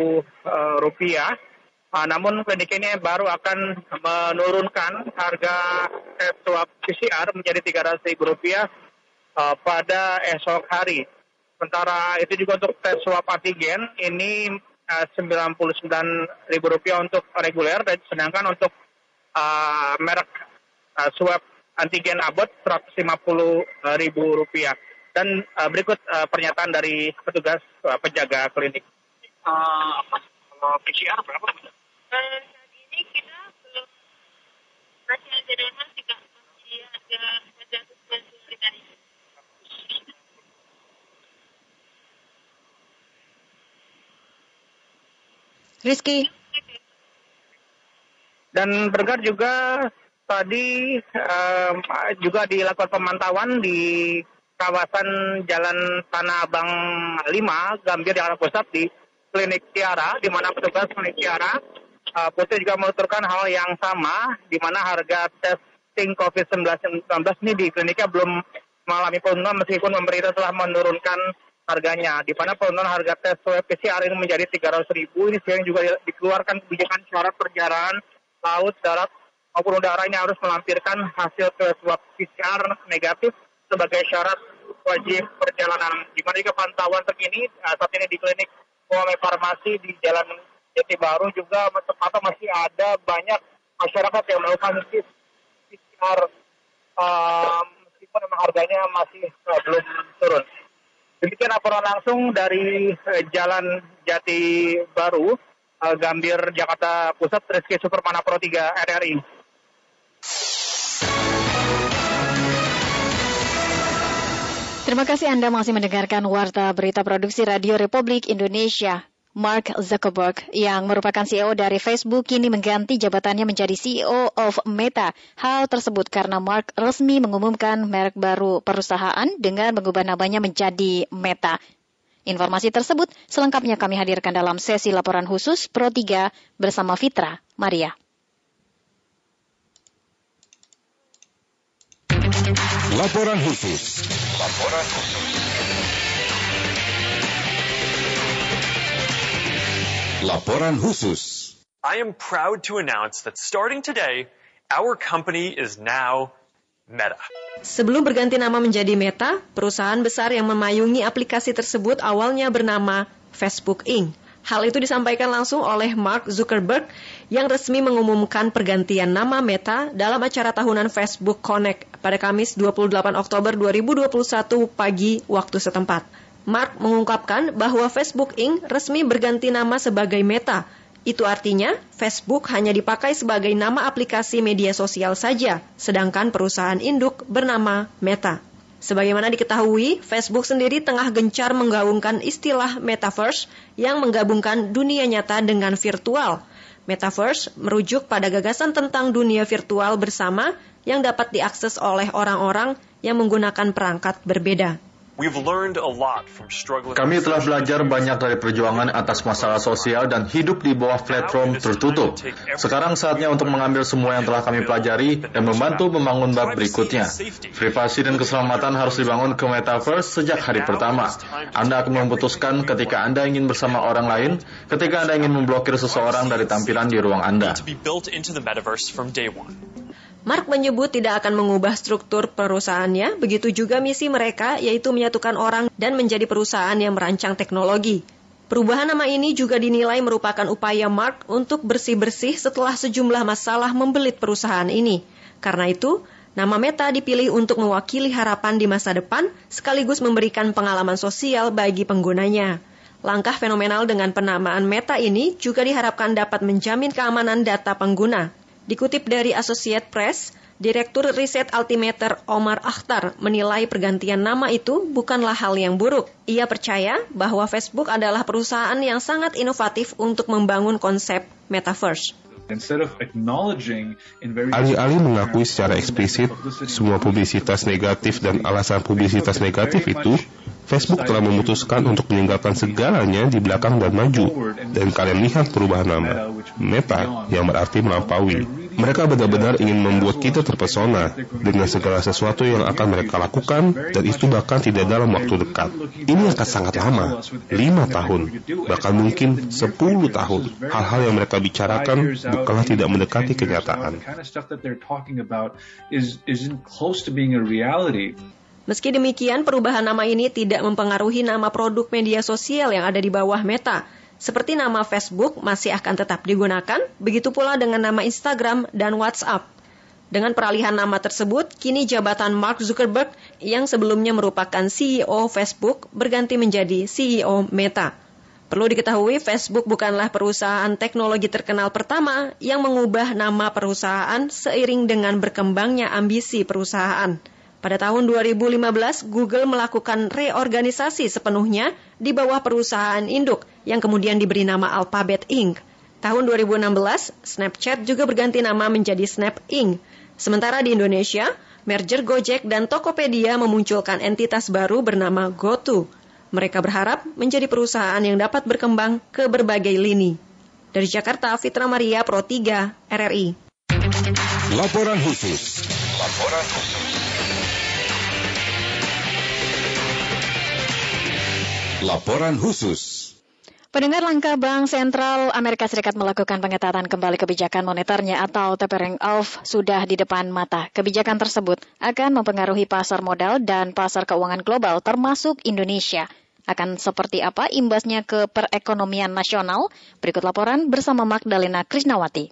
S9: Namun klinik ini baru akan menurunkan harga tes swab PCR menjadi Rp300.000 pada esok hari. Sementara itu juga untuk tes swab antigen ini Rp99.000 untuk reguler, dan sedangkan untuk merek swab antigen Abbott Rp150.000. Dan berikut pernyataan dari petugas penjaga klinik. Kalau PCR berapa?
S10: Saat ini kita belum masih ada donor juga, masih ada kita ini.
S1: Rizky.
S9: Dan berkat juga tadi juga dilakukan pemantauan di kawasan Jalan Tanah Abang 5, Gambir, Jakarta Pusat di klinik Tiara, di mana petugas klinik Tiara Putri juga menuturkan hal yang sama, di mana harga testing COVID-19 ini di kliniknya belum mengalami penurunan meskipun pemerintah telah menurunkan harganya, di mana penurunan harga tes swab PCR ini menjadi Rp300.000. Ini sehingga juga dikeluarkan kebijakan syarat perjalanan laut, darat maupun udara ini harus melampirkan hasil tes swab PCR negatif sebagai syarat wajib perjalanan. Di mana juga pantauan terkini saat ini di klinik Bumame Farmasi di Jalan Jati Baru juga masih ada banyak masyarakat yang melakukan PCR meskipun memang harganya masih belum turun. Demikian laporan langsung dari Jalan Jati Baru, Gambir, Jakarta Pusat, Rizky Supermana Pro 3 RRI.
S1: Terima kasih Anda masih mendengarkan Warta Berita Produksi Radio Republik Indonesia. Mark Zuckerberg, yang merupakan CEO dari Facebook, kini mengganti jabatannya menjadi CEO of Meta. Hal tersebut karena Mark resmi mengumumkan merek baru perusahaan dengan mengubah namanya menjadi Meta. Informasi tersebut selengkapnya kami hadirkan dalam sesi laporan khusus Pro 3 bersama Fitra Maria.
S11: Laporan khusus. Laporan khusus.
S12: I am proud to announce that starting today, our company is now Meta.
S14: Sebelum berganti nama menjadi Meta, perusahaan besar yang memayungi aplikasi tersebut awalnya bernama Facebook Inc. Hal itu disampaikan langsung oleh Mark Zuckerberg yang resmi mengumumkan pergantian nama Meta dalam acara tahunan Facebook Connect pada Kamis 28 Oktober 2021 pagi waktu setempat. Mark mengungkapkan bahwa Facebook Inc. resmi berganti nama sebagai Meta. Itu artinya Facebook hanya dipakai sebagai nama aplikasi media sosial saja, sedangkan perusahaan induk bernama Meta. Sebagaimana diketahui, Facebook sendiri tengah gencar menggaungkan istilah Metaverse yang menggabungkan dunia nyata dengan virtual. Metaverse merujuk pada gagasan tentang dunia virtual bersama yang dapat diakses oleh orang-orang yang menggunakan perangkat berbeda.
S13: Kami telah belajar banyak dari perjuangan atas masalah sosial dan hidup di bawah platform tertutup. Sekarang saatnya untuk mengambil semua yang telah kami pelajari dan membantu membangun bab berikutnya. Privasi dan keselamatan harus dibangun ke Metaverse sejak hari pertama. Anda akan memutuskan ketika Anda ingin bersama orang lain, ketika Anda ingin memblokir seseorang dari tampilan di ruang Anda.
S14: Mark menyebut tidak akan mengubah struktur perusahaannya, begitu juga misi mereka, yaitu menyatukan orang dan menjadi perusahaan yang merancang teknologi. Perubahan nama ini juga dinilai merupakan upaya Mark untuk bersih-bersih setelah sejumlah masalah membelit perusahaan ini. Karena itu, nama Meta dipilih untuk mewakili harapan di masa depan, sekaligus memberikan pengalaman sosial bagi penggunanya. Langkah fenomenal dengan penamaan Meta ini juga diharapkan dapat menjamin keamanan data pengguna. Dikutip dari Associated Press, Direktur Riset Altimeter Omar Akhtar menilai pergantian nama itu bukanlah hal yang buruk. Ia percaya bahwa Facebook adalah perusahaan yang sangat inovatif untuk membangun konsep Metaverse.
S15: Alih-alih mengakui secara eksplisit semua publisitas negatif dan alasan publisitas negatif itu, Facebook telah memutuskan untuk meninggalkan segalanya di belakang dan maju. Dan kalian lihat perubahan nama, Meta, yang berarti melampaui. Mereka benar-benar ingin membuat kita terpesona dengan segala sesuatu yang akan mereka lakukan, dan itu bahkan tidak dalam waktu dekat. Ini akan sangat lama, 5 tahun, bahkan mungkin 10 tahun. Hal-hal yang mereka bicarakan bukanlah tidak mendekati kenyataan.
S14: Meski demikian, perubahan nama ini tidak mempengaruhi nama produk media sosial yang ada di bawah Meta. Seperti nama Facebook masih akan tetap digunakan, begitu pula dengan nama Instagram dan WhatsApp. Dengan peralihan nama tersebut, kini jabatan Mark Zuckerberg yang sebelumnya merupakan CEO Facebook berganti menjadi CEO Meta. Perlu diketahui, Facebook bukanlah perusahaan teknologi terkenal pertama yang mengubah nama perusahaan seiring dengan berkembangnya ambisi perusahaan. Pada tahun 2015, Google melakukan reorganisasi sepenuhnya di bawah perusahaan induk yang kemudian diberi nama Alphabet Inc. Tahun 2016, Snapchat juga berganti nama menjadi Snap Inc. Sementara di Indonesia, merger Gojek dan Tokopedia memunculkan entitas baru bernama GoTo. Mereka berharap menjadi perusahaan yang dapat berkembang ke berbagai lini. Dari Jakarta, Fitra Maria, Pro 3, RRI.
S11: Laporan khusus. Laporan khusus.
S1: Pendengar, langkah Bank Sentral Amerika Serikat melakukan pengetatan kembali kebijakan moneternya atau tapering off sudah di depan mata. Kebijakan tersebut akan mempengaruhi pasar modal dan pasar keuangan global termasuk Indonesia. Akan seperti apa imbasnya ke perekonomian nasional? Berikut laporan bersama Magdalena Krisnawati.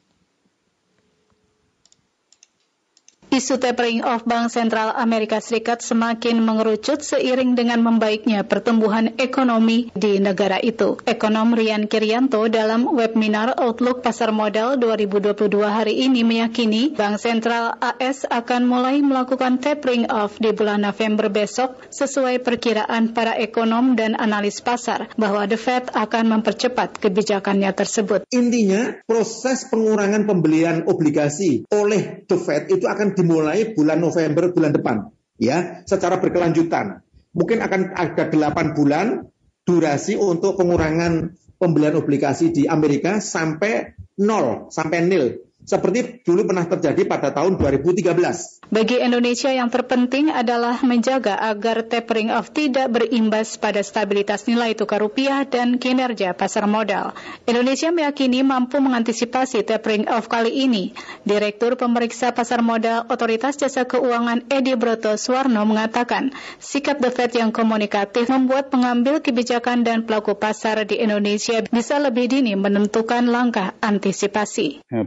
S20: Isu tapering off Bank Sentral Amerika Serikat semakin mengerucut seiring dengan membaiknya pertumbuhan ekonomi di negara itu. Ekonom Rian Kirianto dalam webinar Outlook Pasar Modal 2022 hari ini meyakini Bank Sentral AS akan mulai melakukan tapering off di bulan November besok sesuai perkiraan para ekonom dan analis pasar bahwa The Fed akan mempercepat kebijakannya tersebut.
S16: Intinya, proses pengurangan pembelian obligasi oleh The Fed itu akan dimulai bulan November bulan depan, ya, secara berkelanjutan. Mungkin akan ada 8 bulan durasi untuk pengurangan pembelian obligasi di Amerika sampai nil. Seperti dulu pernah terjadi pada tahun 2013.
S20: Bagi Indonesia yang terpenting adalah menjaga agar tapering off tidak berimbas pada stabilitas nilai tukar rupiah dan kinerja pasar modal. Indonesia meyakini mampu mengantisipasi tapering off kali ini. Direktur Pemeriksa Pasar Modal Otoritas Jasa Keuangan Edi Broto Suwarno mengatakan, sikap The Fed yang komunikatif membuat pengambil kebijakan dan pelaku pasar di Indonesia bisa lebih dini menentukan langkah antisipasi.
S17: Belajar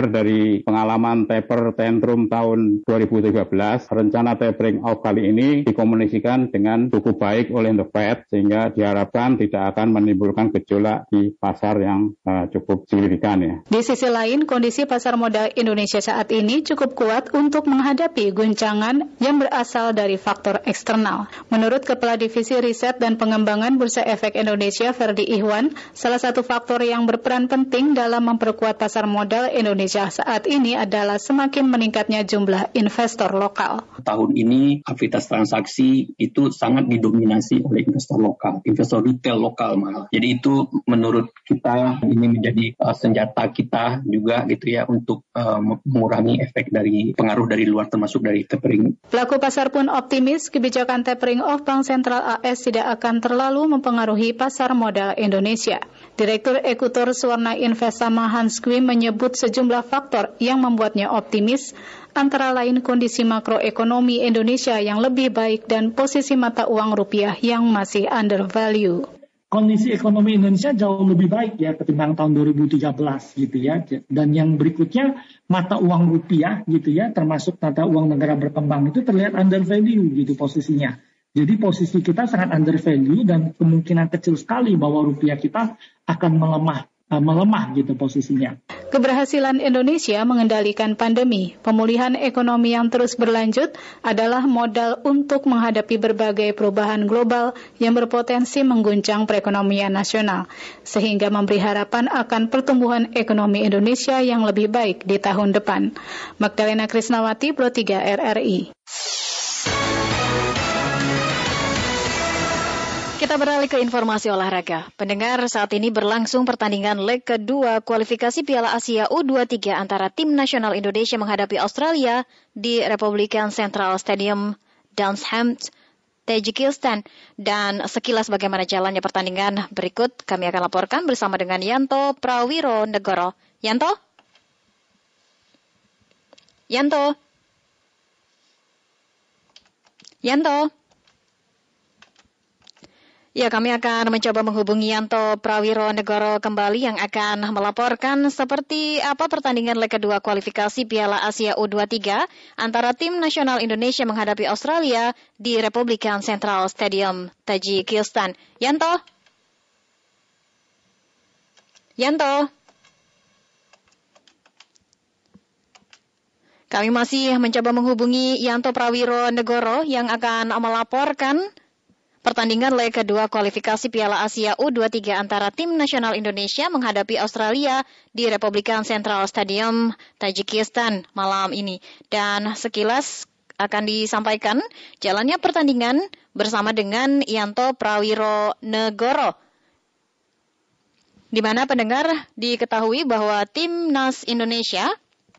S4: belajar dari pengalaman taper tantrum tahun 2013, rencana tapering off kali ini dikomunikasikan dengan cukup baik oleh The Fed, sehingga diharapkan tidak akan menimbulkan gejolak di pasar yang cukup signifikan ya.
S17: Di sisi lain, kondisi pasar modal Indonesia saat ini cukup kuat untuk menghadapi guncangan yang berasal dari faktor eksternal. Menurut Kepala Divisi Riset dan Pengembangan Bursa Efek Indonesia, Ferdi Ihwan, salah satu faktor yang berperan penting dalam memperkuat pasar modal Indonesia saat ini adalah semakin meningkatnya jumlah investor lokal.
S18: Tahun ini aktivitas transaksi itu sangat didominasi oleh investor lokal, investor retail lokal malah. Jadi itu menurut kita ini menjadi senjata kita juga gitu ya untuk mengurangi efek dari pengaruh dari luar termasuk dari tapering.
S17: Pelaku pasar pun optimis kebijakan tapering off Bank Sentral AS tidak akan terlalu mempengaruhi pasar modal Indonesia. Direktur Eksekutor Swarna Investama Hans Kwim menyebut sejumlah faktor yang membuatnya optimis, antara lain kondisi makroekonomi Indonesia yang lebih baik dan posisi mata uang rupiah yang masih undervalue.
S19: Kondisi ekonomi Indonesia jauh lebih baik ya ketimbang tahun 2013 gitu ya. Dan yang berikutnya mata uang rupiah gitu ya, termasuk mata uang negara berkembang itu terlihat undervalue gitu posisinya. Jadi posisi kita sangat undervalue dan kemungkinan kecil sekali bahwa rupiah kita akan melemah gitu posisinya.
S17: Keberhasilan Indonesia mengendalikan pandemi, pemulihan ekonomi yang terus berlanjut adalah modal untuk menghadapi berbagai perubahan global yang berpotensi mengguncang perekonomian nasional, sehingga memberi harapan akan pertumbuhan ekonomi Indonesia yang lebih baik di tahun depan. Magdalena Krisnawati, Pro 3 RRI.
S1: Kita beralih ke informasi olahraga. Pendengar, saat ini berlangsung pertandingan leg kedua kualifikasi Piala Asia U23 antara tim nasional Indonesia menghadapi Australia di Republican Central Stadium, Dasham, Tajikistan. Dan sekilas bagaimana jalannya pertandingan berikut kami akan laporkan bersama dengan Yanto Prawiro Negoro. Yanto? Ya, kami akan mencoba menghubungi Yanto Prawiro Negoro kembali yang akan melaporkan seperti apa pertandingan leg kedua kualifikasi Piala Asia U23 antara tim nasional Indonesia menghadapi Australia di Republican Central Stadium, Tajikistan. Yanto? Kami masih mencoba menghubungi Yanto Prawiro Negoro yang akan melaporkan pertandingan leg kedua kualifikasi Piala Asia U23 antara tim nasional Indonesia menghadapi Australia di Republican Central Stadium, Tajikistan malam ini. Dan sekilas akan disampaikan jalannya pertandingan bersama dengan Yanto Prawiro Negoro. Di mana pendengar diketahui bahwa timnas Indonesia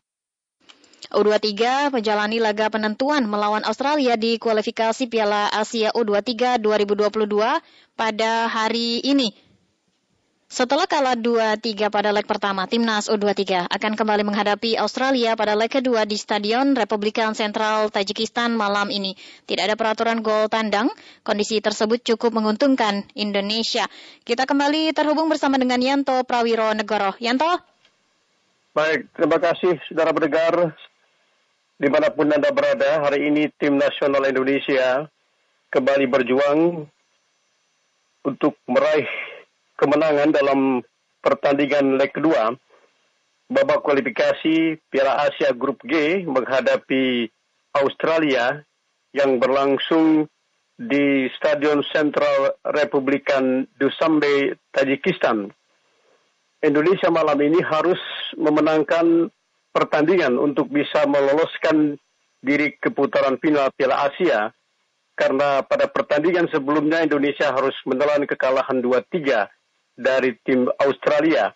S1: U23 menjalani laga penentuan melawan Australia di kualifikasi Piala Asia U23 2022 pada hari ini. Setelah kalah 2-3 pada leg pertama, timnas U23 akan kembali menghadapi Australia pada leg kedua di Stadion Republican Central Tajikistan malam ini. Tidak ada peraturan gol tandang, kondisi tersebut cukup menguntungkan Indonesia. Kita kembali terhubung bersama dengan Yanto Prawiro Negoro. Yanto?
S21: Baik, terima kasih saudara pendengar. Dimanapun Anda berada, hari ini tim nasional Indonesia kembali berjuang untuk meraih kemenangan dalam pertandingan leg kedua babak kualifikasi Piala Asia Grup G menghadapi Australia yang berlangsung di Stadion Central Republican Dushanbe, Tajikistan. Indonesia malam ini harus memenangkan pertandingan untuk bisa meloloskan diri ke putaran final Piala Asia, karena pada pertandingan sebelumnya Indonesia harus menelan kekalahan 2-3 dari tim Australia.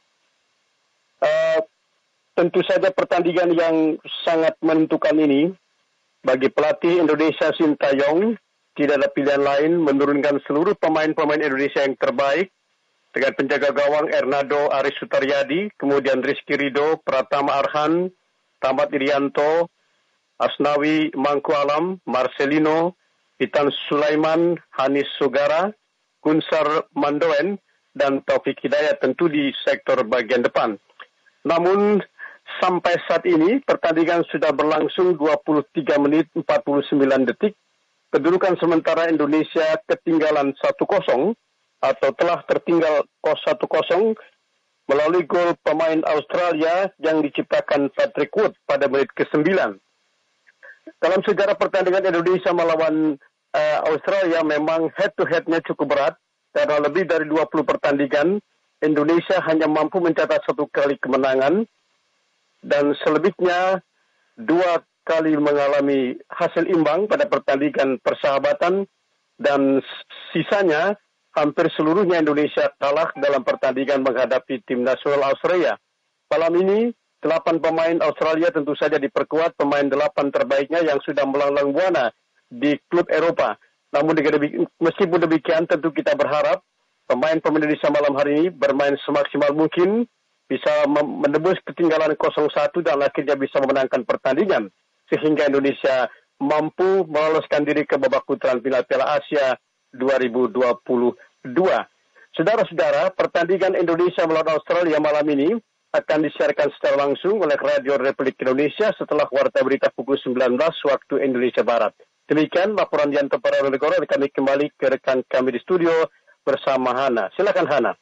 S21: Tentu saja pertandingan yang sangat menentukan ini bagi pelatih Indonesia Sintayong, tidak ada pilihan lain menurunkan seluruh pemain-pemain Indonesia yang terbaik dengan penjaga gawang Ernado Aris Sutaryadi, kemudian Rizky Ridho, Pratama Arhan, Tamat Irianto, Asnawi Mangkualam, Marcelino, Itan Sulaiman, Hanis Sugara, Gunsar Mandoen, dan Taufik Hidayat tentu di sektor bagian depan. Namun Sampai saat ini pertandingan sudah berlangsung 23 menit 49 detik. Kedudukan sementara Indonesia ketinggalan 1-0 atau telah tertinggal 1-0 melalui gol pemain Australia yang diciptakan Patrick Wood pada menit ke-9. Dalam sejarah pertandingan Indonesia melawan Australia memang head-to-headnya cukup berat karena lebih dari 20 pertandingan Indonesia hanya mampu mencatat 1 kali kemenangan dan selebihnya 2 kali mengalami hasil imbang pada pertandingan persahabatan dan sisanya hampir seluruhnya Indonesia kalah dalam pertandingan menghadapi tim nasional Australia. Malam ini 8 pemain Australia tentu saja diperkuat pemain 8 terbaiknya yang sudah melanglang buana di klub Eropa. Namun meskipun demikian tentu kita berharap pemain-pemain Indonesia malam hari ini bermain semaksimal mungkin, bisa menembus ketinggalan 0-1 dan akhirnya bisa memenangkan pertandingan sehingga Indonesia mampu meloloskan diri ke babak putaran final Piala Asia 2022. Saudara-saudara, pertandingan Indonesia melawan Australia malam ini akan disiarkan secara langsung oleh Radio Republik Indonesia setelah warta berita pukul 19 waktu Indonesia Barat. Demikian laporan Yanto Parawanegoro. Kami kembali ke rekan kami di studio bersama Hana. Silakan Hana.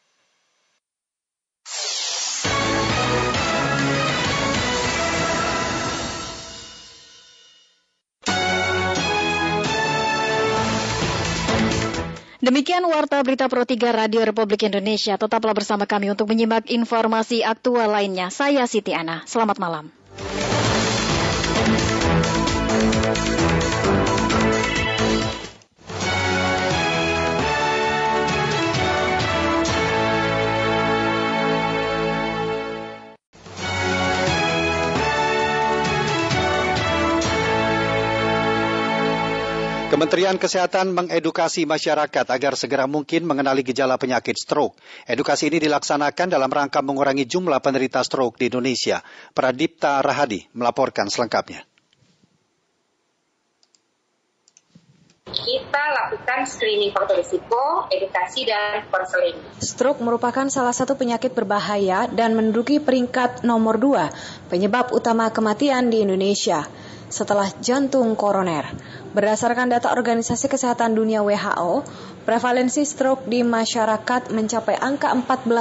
S1: Demikian Warta Berita Pro 3 Radio Republik Indonesia. Tetaplah bersama kami untuk menyimak informasi aktual lainnya. Saya Siti Ana. Selamat malam.
S3: Kementerian Kesehatan mengedukasi masyarakat agar segera mungkin mengenali gejala penyakit stroke. Edukasi ini dilaksanakan dalam rangka mengurangi jumlah penderita stroke di Indonesia. Pradipta Rahadi melaporkan selengkapnya.
S22: Kita lakukan screening faktor risiko, edukasi, dan konseling.
S2: Stroke merupakan salah satu penyakit berbahaya dan menduduki peringkat nomor 2 penyebab utama kematian di Indonesia setelah jantung koroner. Berdasarkan data Organisasi Kesehatan Dunia WHO, prevalensi stroke di masyarakat mencapai angka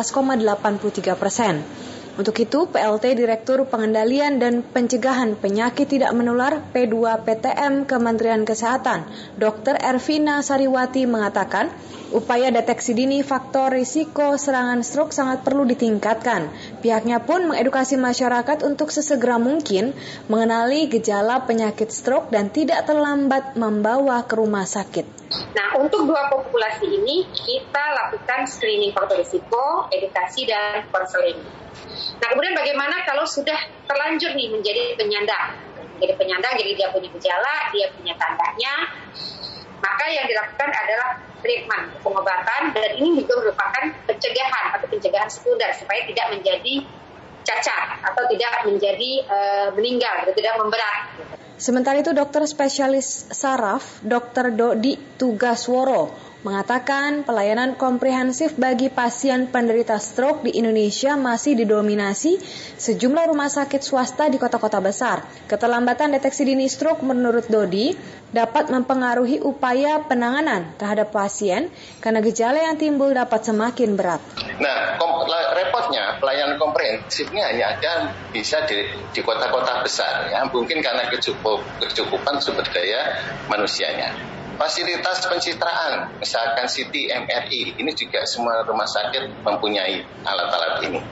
S2: 14,83%. Untuk itu, PLT Direktur Pengendalian dan Pencegahan Penyakit Tidak Menular P2PTM Kementerian Kesehatan, Dr. Ervina Sariwati mengatakan, upaya deteksi dini faktor risiko serangan stroke sangat perlu ditingkatkan. Pihaknya pun mengedukasi masyarakat untuk sesegera mungkin mengenali gejala penyakit stroke dan tidak terlambat membawa ke rumah sakit.
S22: Nah, untuk 2 populasi ini kita lakukan screening faktor risiko, edukasi, dan konseling. Nah, kemudian bagaimana kalau sudah terlanjur nih menjadi penyandang? Jadi dia punya gejala, dia punya tandanya, maka yang dilakukan adalah treatment, pengobatan, dan ini juga merupakan pencegahan atau pencegahan sekunder supaya tidak menjadi cacat atau tidak menjadi meninggal, atau tidak memberat.
S2: Sementara itu, dokter spesialis saraf, Dr. Dodi Tugasworo, mengatakan pelayanan komprehensif bagi pasien penderita stroke di Indonesia masih didominasi sejumlah rumah sakit swasta di kota-kota besar. Keterlambatan deteksi dini stroke menurut Dodi dapat mempengaruhi upaya penanganan terhadap pasien karena gejala yang timbul dapat semakin berat.
S23: Nah, repotnya pelayanan komprehensifnya hanya ada bisa di kota-kota besar, ya, mungkin karena kecukupan sumber daya manusianya. Fasilitas pencitraan, misalkan CT, MRI, ini juga semua rumah sakit mempunyai alat-alat ini.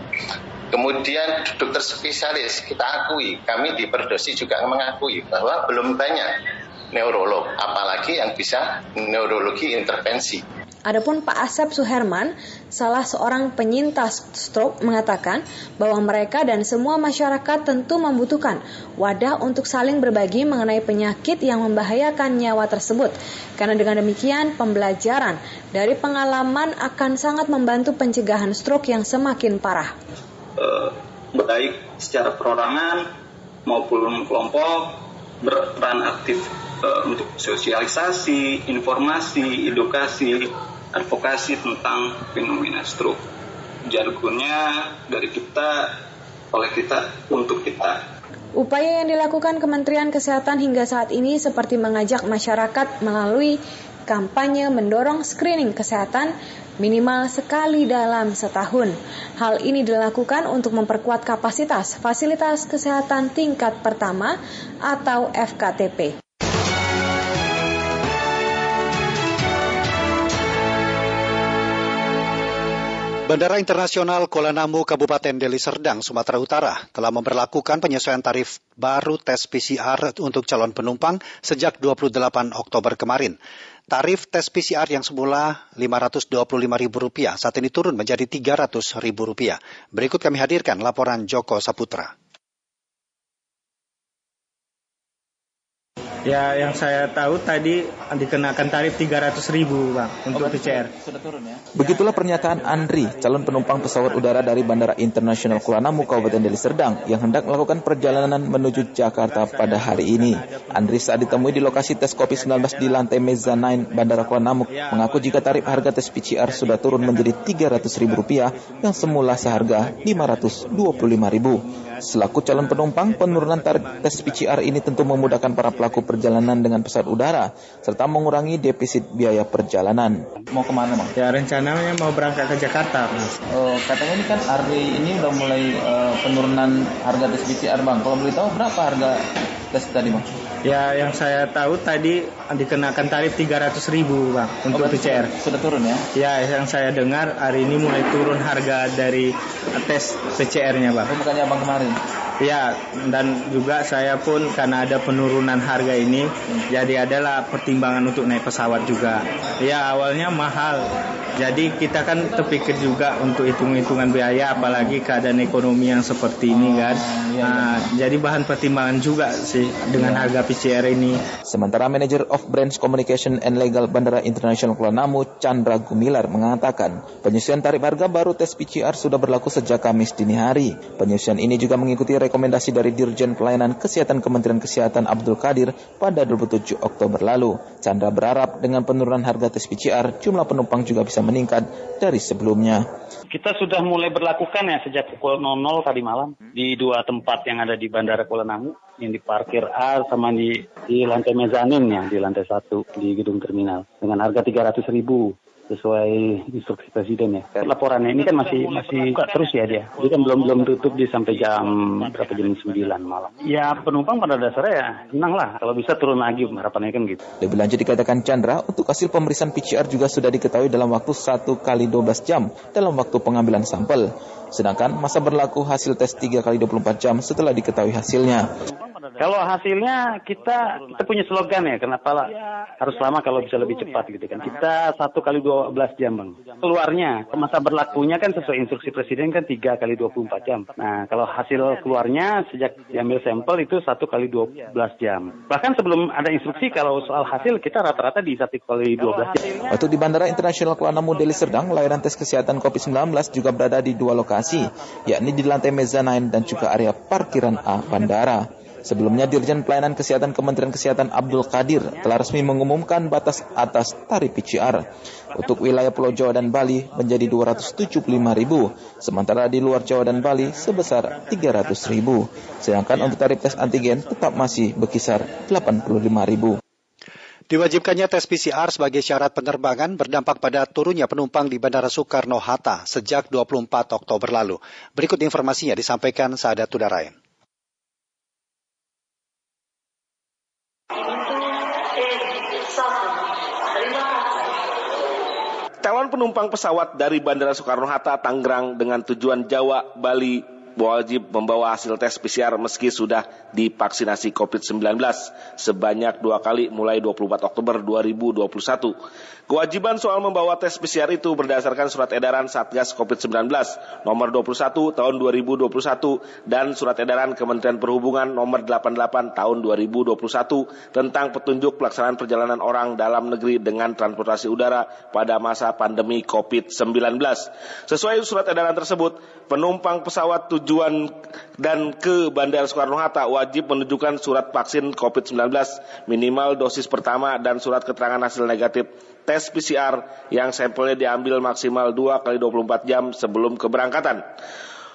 S23: Kemudian dokter spesialis, kita akui, kami di Perdosi juga mengakui bahwa belum banyak neurolog, apalagi yang bisa neurologi intervensi.
S2: Adapun Pak Asep Suherman, salah seorang penyintas stroke, mengatakan bahwa mereka dan semua masyarakat tentu membutuhkan wadah untuk saling berbagi mengenai penyakit yang membahayakan nyawa tersebut. Karena dengan demikian, pembelajaran dari pengalaman akan sangat membantu pencegahan stroke yang semakin parah.
S24: Baik secara perorangan maupun kelompok berperan aktif untuk sosialisasi, informasi, edukasi, advokasi tentang fenomena stroke. Jargonnya dari kita, oleh kita, untuk kita. kota.
S2: Upaya yang dilakukan Kementerian Kesehatan hingga saat ini seperti mengajak masyarakat melalui kampanye mendorong screening kesehatan minimal sekali dalam setahun. Hal ini dilakukan untuk memperkuat kapasitas fasilitas kesehatan tingkat pertama atau FKTP.
S3: Bandara Internasional Kuala Namu, Kabupaten Deli Serdang, Sumatera Utara telah memberlakukan penyesuaian tarif baru tes PCR untuk calon penumpang sejak 28 Oktober kemarin. Tarif tes PCR yang semula Rp525.000 saat ini turun menjadi Rp300.000. Berikut kami hadirkan laporan Joko Saputra.
S5: Ya, yang saya tahu tadi dikenakan tarif 300.000, Bang, untuk PCR.
S6: Sudah turun ya? Begitulah pernyataan Andri, calon penumpang pesawat udara dari Bandara Internasional Kuala Namu, Kabupaten Deli Serdang, yang hendak melakukan perjalanan menuju Jakarta pada hari ini. Andri saat ditemui di lokasi tes COVID-19 di lantai mezzanine Bandara Kuala Namu, mengaku jika tarif harga tes PCR sudah turun menjadi Rp300.000 yang semula seharga Rp525.000. Selaku calon penumpang, penurunan tarif tes PCR ini tentu memudahkan para pelaku perjalanan dengan pesawat udara, serta mengurangi defisit biaya perjalanan. Mau kemana, Bang?
S5: Ya, rencananya mau berangkat ke Jakarta, Mas.
S6: Katanya ini kan hari ini udah mulai penurunan harga tes PCR, Bang. Kalau boleh tahu berapa harga tes tadi, Bang?
S5: Ya, yang saya tahu tadi dikenakan tarif 300.000, Bang, untuk PCR.
S6: Sudah turun ya?
S5: Ya, yang saya dengar hari ini mulai turun harga dari tes PCR-nya, Bang.
S6: Bukannya Bang kemarin?
S5: Ya, dan juga saya pun karena ada penurunan harga ini, jadi adalah pertimbangan untuk naik pesawat juga. Ya, awalnya mahal. Jadi kita kan terpikir juga untuk hitung-hitungan biaya, apalagi keadaan ekonomi yang seperti ini kan. Jadi bahan pertimbangan juga sih dengan harga PCR ini.
S6: Sementara Manager of Branch Communication and Legal Bandara Internasional Kuala Namu, Chandra Gumilar, mengatakan penyesuaian tarif harga baru tes PCR sudah berlaku sejak Kamis dini hari. Penyesuaian ini juga mengikuti rekomendasi dari Dirjen Pelayanan Kesehatan Kementerian Kesehatan Abdul Qadir pada 27 Oktober lalu. Chandra berharap dengan penurunan harga tes PCR, jumlah penumpang juga bisa meningkat dari sebelumnya.
S24: Kita sudah mulai berlakukan ya sejak pukul 00 tadi malam di dua tempat yang ada di Bandara Kuala Namu, yang di parkir A sama di lantai mezanin ya, di lantai 1 di gedung terminal dengan harga Rp300.000 sesuai instruksi Presiden ya. Laporannya ini kan masih buka terus ya dia. Dia kan belum tutup di sampai jam 9 malam. Ya penumpang pada dasarnya ya senang lah kalau bisa turun lagi, harapannya kan gitu.
S6: Lebih lanjut dikatakan Chandra, untuk hasil pemeriksaan PCR juga sudah diketahui dalam waktu 1 kali 12 jam dalam waktu pengambilan sampel. Sedangkan masa berlaku hasil tes 3 kali 24 jam setelah diketahui hasilnya.
S24: Kalau hasilnya kita punya slogan ya, kenapa lah harus lama kalau bisa lebih cepat gitu kan. Kita 1 kali 12 jam, Bang. Keluarnya, masa berlakunya kan sesuai instruksi Presiden kan 3 kali 24 jam. Nah, kalau hasil keluarnya sejak diambil sampel itu 1 kali 12 jam. Bahkan sebelum ada instruksi kalau soal hasil kita rata-rata di 1 kali 12 jam.
S6: Waktu di Bandara Internasional Kuala Namu Deli Serdang, layanan tes kesehatan COVID-19 juga berada di 2 lokasi, yakni di lantai mezzanine dan juga area parkiran A bandara. Sebelumnya, Dirjen Pelayanan Kesehatan Kementerian Kesehatan Abdul Qadir telah resmi mengumumkan batas atas tarif PCR. Untuk wilayah Pulau Jawa dan Bali menjadi Rp275.000, sementara di luar Jawa dan Bali sebesar Rp300.000. Sedangkan untuk tarif tes antigen tetap masih berkisar Rp85.000.
S3: Diwajibkannya tes PCR sebagai syarat penerbangan berdampak pada turunnya penumpang di Bandara Soekarno-Hatta sejak 24 Oktober lalu. Berikut informasinya disampaikan Saadat Tudarain.
S7: Calon penumpang pesawat dari Bandara Soekarno-Hatta, Tangerang dengan tujuan Jawa, Bali wajib membawa hasil tes PCR meski sudah divaksinasi COVID-19 sebanyak 2 kali mulai 24 Oktober 2021. Kewajiban soal membawa tes PCR itu berdasarkan surat edaran Satgas COVID-19 nomor 21 tahun 2021 dan surat edaran Kementerian Perhubungan nomor 88 tahun 2021 tentang petunjuk pelaksanaan perjalanan orang dalam negeri dengan transportasi udara pada masa pandemi COVID-19. Sesuai surat edaran tersebut, penumpang pesawat tujuan dan ke Bandara Soekarno-Hatta wajib menunjukkan surat vaksin COVID-19 minimal dosis pertama dan surat keterangan hasil negatif tes PCR yang sampelnya diambil maksimal 2 kali 24 jam sebelum keberangkatan.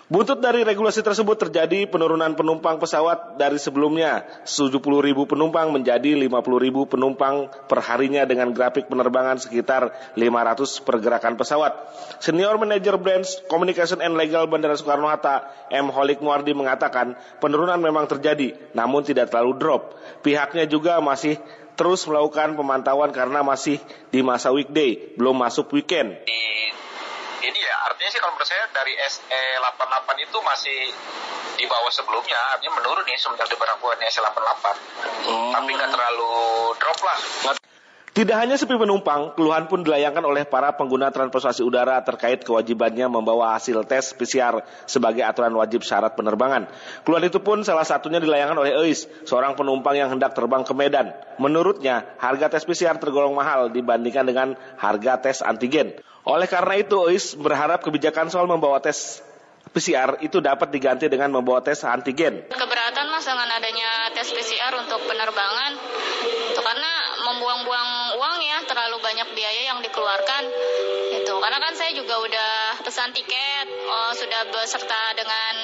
S7: Buntut dari regulasi tersebut terjadi penurunan penumpang pesawat dari sebelumnya 70.000 penumpang menjadi 50.000 penumpang per harinya dengan grafik penerbangan sekitar 500 pergerakan pesawat. Senior Manager Branch Communication and Legal Bandara Soekarno-Hatta, M. Holik Muardi mengatakan penurunan memang terjadi, namun tidak terlalu drop. Pihaknya juga masih terus melakukan pemantauan karena masih di masa weekday, belum masuk weekend.
S8: Ini ya, artinya sih kalau menurut saya dari SE88 itu masih di bawah sebelumnya, artinya menurun nih semenjak diberlakukannya SE88. Tapi nggak terlalu drop lah.
S7: Tidak hanya sepi penumpang, keluhan pun dilayangkan oleh para pengguna transportasi udara terkait kewajibannya membawa hasil tes PCR sebagai aturan wajib syarat penerbangan. Keluhan itu pun salah satunya dilayangkan oleh Eis, seorang penumpang yang hendak terbang ke Medan. Menurutnya, harga tes PCR tergolong mahal dibandingkan dengan harga tes antigen. Oleh karena itu, Eis berharap kebijakan soal membawa tes PCR itu dapat diganti dengan membawa tes antigen.
S9: Keberatan Mas dengan adanya tes PCR untuk penerbangan, itu karena membuang-buang uang ya, terlalu banyak biaya yang dikeluarkan. Itu karena kan saya juga udah pesan tiket, sudah beserta dengan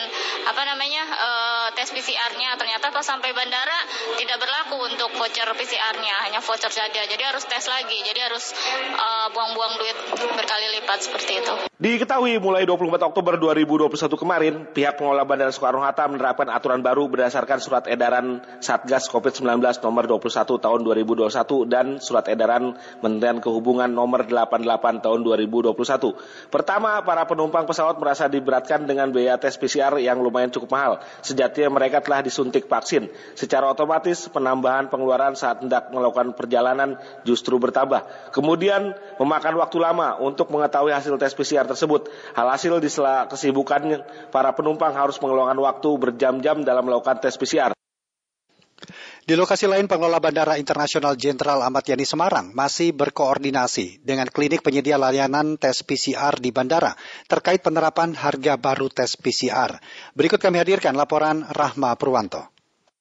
S9: tes PCR-nya. Ternyata pas sampai bandara tidak berlaku untuk voucher PCR-nya, hanya voucher saja. Jadi harus tes lagi. Jadi harus buang-buang duit berkali lipat seperti itu.
S7: Diketahui mulai 24 Oktober 2021 kemarin, pihak pengelola Bandara Soekarno-Hatta menerapkan aturan baru berdasarkan surat edaran Satgas COVID-19 nomor 21 tahun 2021 dan surat edaran Kementerian Kehubungan nomor 88 tahun 2021. Pertama, para penumpang pesawat merasa diberatkan dengan biaya tes PCR yang lumayan cukup mahal. Sejatinya mereka telah disuntik vaksin. Secara otomatis penambahan pengeluaran saat hendak melakukan perjalanan justru bertambah. Kemudian memakan waktu lama untuk mengetahui hasil tes PCR tersebut. Alhasil di sela kesibukan, para penumpang harus mengeluarkan waktu berjam-jam dalam melakukan tes PCR.
S3: Di lokasi lain, pengelola Bandara Internasional Jenderal Ahmad Yani Semarang masih berkoordinasi dengan klinik penyedia layanan tes PCR di bandara terkait penerapan harga baru tes PCR. Berikut kami hadirkan laporan Rahma Purwanto.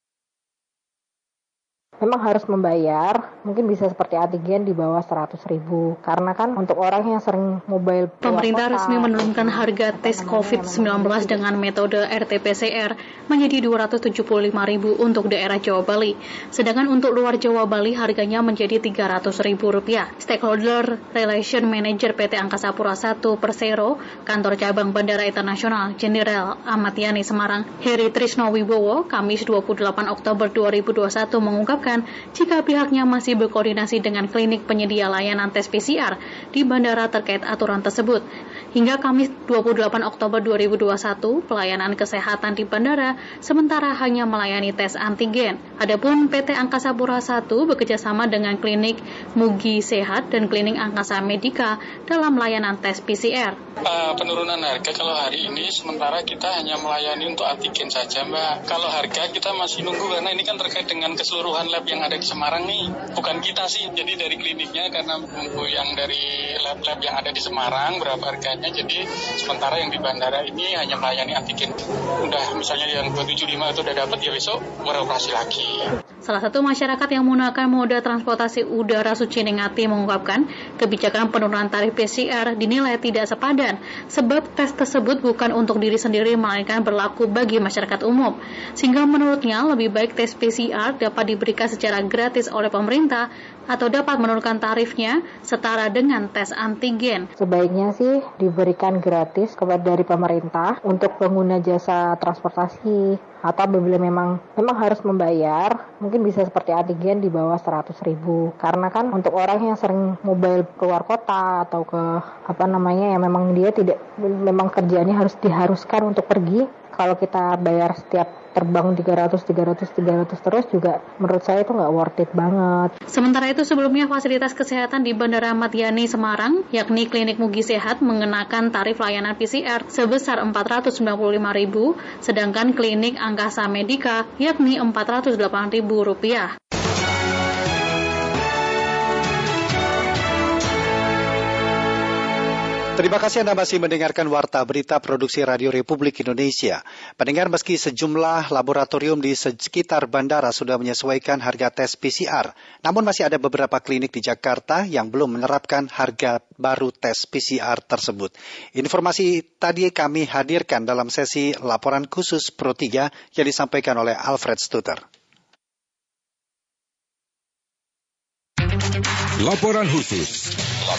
S10: Memang harus membayar, mungkin bisa seperti antigen di bawah 100.000. Karena kan untuk orang yang sering mobile.
S17: Pemerintah resmi menurunkan harga tes COVID-19 dengan metode RT-PCR menjadi Rp275.000 untuk daerah Jawa Bali. Sedangkan untuk luar Jawa Bali harganya menjadi Rp300.000. Stakeholder Relation Manager PT Angkasa Pura I Persero, Kantor Cabang Bandara Internasional Jenderal Ahmad Yani Semarang, Heri Trisno Wibowo, Kamis 28 Oktober 2021 mengungkapkan jika pihaknya masih berkoordinasi dengan klinik penyedia layanan tes PCR di bandara terkait aturan tersebut. Hingga Kamis 28 Oktober 2021, pelayanan kesehatan di bandara sementara hanya melayani tes antigen. Adapun PT Angkasa Pura I bekerjasama dengan klinik Mugi Sehat dan klinik Angkasa Medika dalam layanan tes PCR.
S12: Penurunan harga kalau hari ini sementara kita hanya melayani untuk antigen saja, Mbak. Kalau harga kita masih nunggu karena ini kan terkait dengan keseluruhan lab yang ada di Semarang nih. Bukan kita sih, jadi dari kliniknya karena menunggu yang dari lab-lab yang ada di Semarang berapa harganya. Jadi sementara yang di bandara ini hanya melayani antigen. Udah misalnya yang 275 itu udah dapat, ya besok beroperasi lagi.
S17: Salah satu masyarakat yang menggunakan moda transportasi udara Suciningati mengungkapkan kebijakan penurunan tarif PCR dinilai tidak sepadan sebab tes tersebut bukan untuk diri sendiri melainkan berlaku bagi masyarakat umum. Sehingga menurutnya lebih baik tes PCR dapat diberikan secara gratis oleh pemerintah atau dapat menurunkan tarifnya setara dengan tes antigen.
S10: Sebaiknya sih diberikan gratis kepada dari pemerintah untuk pengguna jasa transportasi, atau apabila memang harus membayar, mungkin bisa seperti antigen di bawah 100.000. Karena kan untuk orang yang sering mobile keluar kota atau ke yang memang dia tidak, memang kerjaannya diharuskan untuk pergi. Kalau kita bayar setiap terbang 300 terus juga menurut saya itu nggak worth it banget.
S17: Sementara itu sebelumnya fasilitas kesehatan di Bandara Ahmad Yani Semarang, yakni klinik Mugi Sehat mengenakan tarif layanan PCR sebesar Rp495.000, sedangkan klinik Angkasa Medika yakni Rp408.000.
S3: Terima kasih Anda masih mendengarkan Warta Berita Produksi Radio Republik Indonesia. Pendengar, meski sejumlah laboratorium di sekitar bandara sudah menyesuaikan harga tes PCR, namun masih ada beberapa klinik di Jakarta yang belum menerapkan harga baru tes PCR tersebut. Informasi tadi kami hadirkan dalam sesi laporan khusus Pro 3 yang disampaikan oleh Alfred Stuter.
S11: Laporan khusus.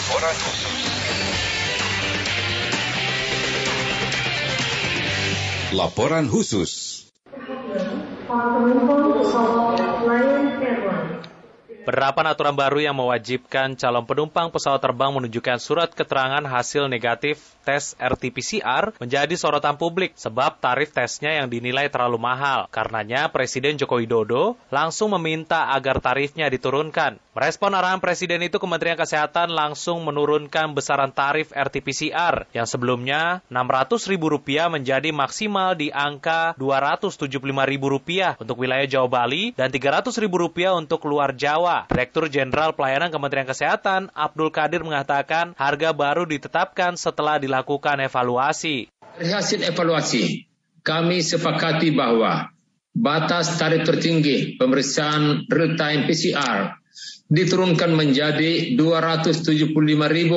S11: Laporan khusus.
S13: Penerapan aturan baru yang mewajibkan calon penumpang pesawat terbang menunjukkan surat keterangan hasil negatif tes RT-PCR menjadi sorotan publik sebab tarif tesnya yang dinilai terlalu mahal. Karenanya Presiden Joko Widodo langsung meminta agar tarifnya diturunkan. Merespon arahan Presiden itu, Kementerian Kesehatan langsung menurunkan besaran tarif RT-PCR yang sebelumnya Rp600.000 menjadi maksimal di angka Rp275.000 untuk wilayah Jawa Bali dan Rp300.000 untuk luar Jawa. Direktur Jenderal Pelayanan Kementerian Kesehatan Abdul Qadir mengatakan harga baru ditetapkan setelah dilakukan evaluasi.
S14: Dari hasil evaluasi, kami sepakati bahwa batas tarif tertinggi pemeriksaan real-time PCR diturunkan menjadi Rp275.000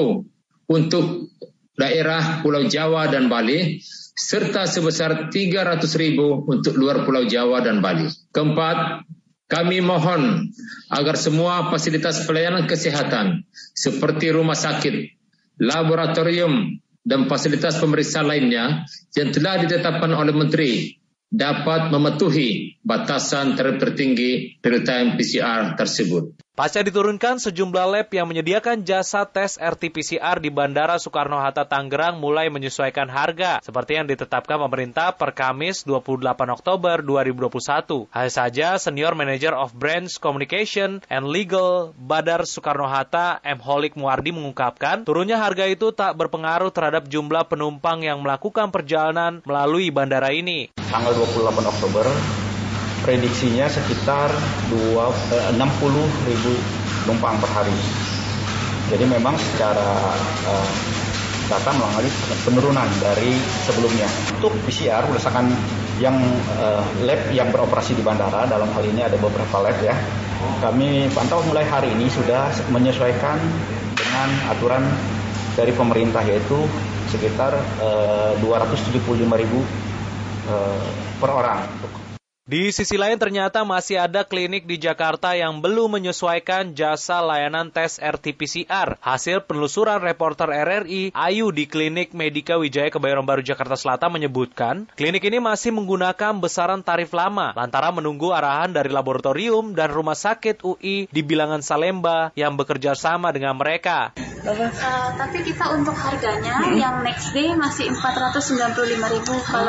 S14: untuk daerah Pulau Jawa dan Bali, serta sebesar Rp300.000 untuk luar Pulau Jawa dan Bali. Keempat, kami mohon agar semua fasilitas pelayanan kesehatan seperti rumah sakit, laboratorium, dan fasilitas pemeriksaan lainnya yang telah ditetapkan oleh Menteri dapat mematuhi batasan tarif tertinggi real-time PCR tersebut.
S13: Pasca diturunkan, sejumlah lab yang menyediakan jasa tes RT-PCR di Bandara Soekarno-Hatta Tangerang mulai menyesuaikan harga, seperti yang ditetapkan pemerintah per Kamis 28 Oktober 2021. Hanya saja, Senior Manager of Branch Communication and Legal Bandara Soekarno-Hatta, M. Holik Muardi mengungkapkan, turunnya harga itu tak berpengaruh terhadap jumlah penumpang yang melakukan perjalanan melalui bandara ini.
S15: Tanggal 28 Oktober, prediksinya sekitar 60.000 penumpang per hari. Jadi memang secara data mengalami penurunan dari sebelumnya. Untuk PCR berdasarkan yang lab yang beroperasi di bandara, dalam hal ini ada beberapa lab ya, kami pantau mulai hari ini sudah menyesuaikan dengan aturan dari pemerintah, yaitu sekitar 275.000 per orang.
S13: Di sisi lain, ternyata masih ada klinik di Jakarta yang belum menyesuaikan jasa layanan tes RT-PCR. Hasil penelusuran reporter RRI Ayu di Klinik Medika Wijaya Kebayoran Baru Jakarta Selatan menyebutkan, klinik ini masih menggunakan besaran tarif lama lantaran menunggu arahan dari laboratorium dan rumah sakit UI di Bilangan Salemba yang bekerja sama dengan mereka.
S25: Tapi kita untuk harganya yang next day masih 495.000,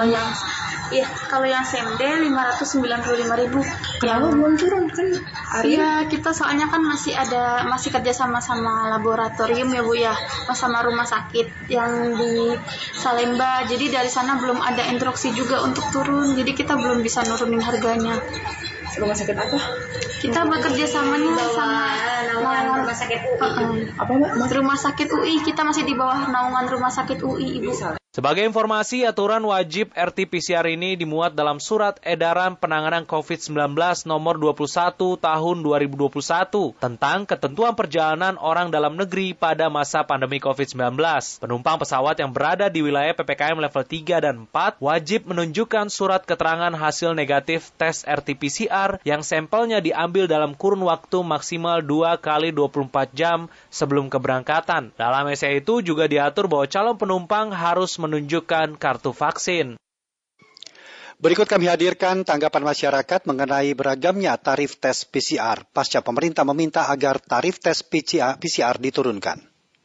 S25: kalau yang same day 595.000.
S26: Kenapa belum turun kan?
S25: Iya, kita soalnya kan masih kerja sama laboratorium ya Bu ya, sama rumah sakit yang di Salemba. Jadi dari sana belum ada instruksi juga untuk turun. Jadi kita belum bisa nurunin harganya.
S26: Rumah sakit apa?
S25: Kita bekerja samanya sama
S26: rumah sakit UI.
S25: Apa Mbak? Rumah sakit UI, kita masih di bawah naungan rumah sakit UI, Ibu.
S13: Sebagai informasi, aturan wajib RT-PCR ini dimuat dalam Surat Edaran Penanganan COVID-19 nomor 21 tahun 2021 tentang ketentuan perjalanan orang dalam negeri pada masa pandemi COVID-19. Penumpang pesawat yang berada di wilayah PPKM level 3 dan 4 wajib menunjukkan surat keterangan hasil negatif tes RT-PCR yang sampelnya diambil dalam kurun waktu maksimal 2 kali 24 jam sebelum keberangkatan. Dalam SE itu juga diatur bahwa calon penumpang harus menunjukkan kartu vaksin.
S3: Berikut kami hadirkan tanggapan masyarakat mengenai beragamnya tarif tes PCR pasca pemerintah meminta agar tarif tes PCR diturunkan.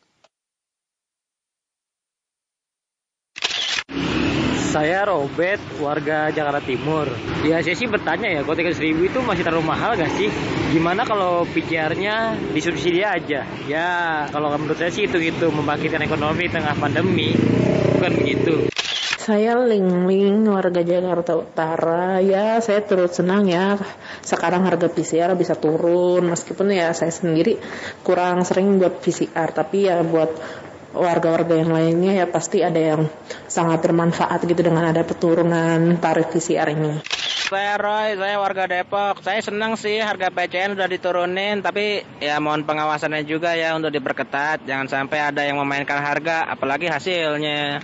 S27: Saya Robert, warga Jakarta Timur. Ya saya sih bertanya ya, kalau 300.000 itu masih terlalu mahal gak sih? Gimana kalau PCR-nya disubsidi aja? Ya kalau menurut saya sih itu membangkitkan ekonomi tengah pandemi, bukan begitu.
S26: Saya Ling, warga Jakarta Utara. Ya saya turut senang ya, sekarang harga PCR bisa turun. Meskipun ya saya sendiri kurang sering buat PCR, tapi ya buat warga-warga yang lainnya ya pasti ada yang sangat bermanfaat gitu dengan ada penurunan tarif PCR ini.
S1: Saya Roy, saya warga Depok. Saya senang sih harga PCN udah diturunin, tapi ya mohon pengawasannya juga ya untuk diperketat. Jangan sampai ada yang memainkan harga, apalagi hasilnya.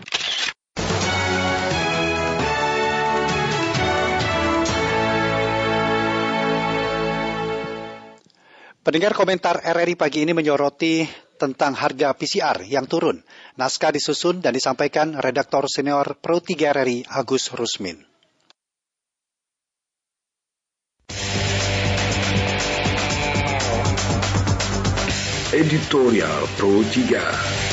S3: Pendengar, komentar RRI pagi ini menyoroti tentang harga PCR yang turun. Naskah disusun dan disampaikan redaktor senior Pro 3 RRI Agus Rusmin.
S11: Editorial Pro 3.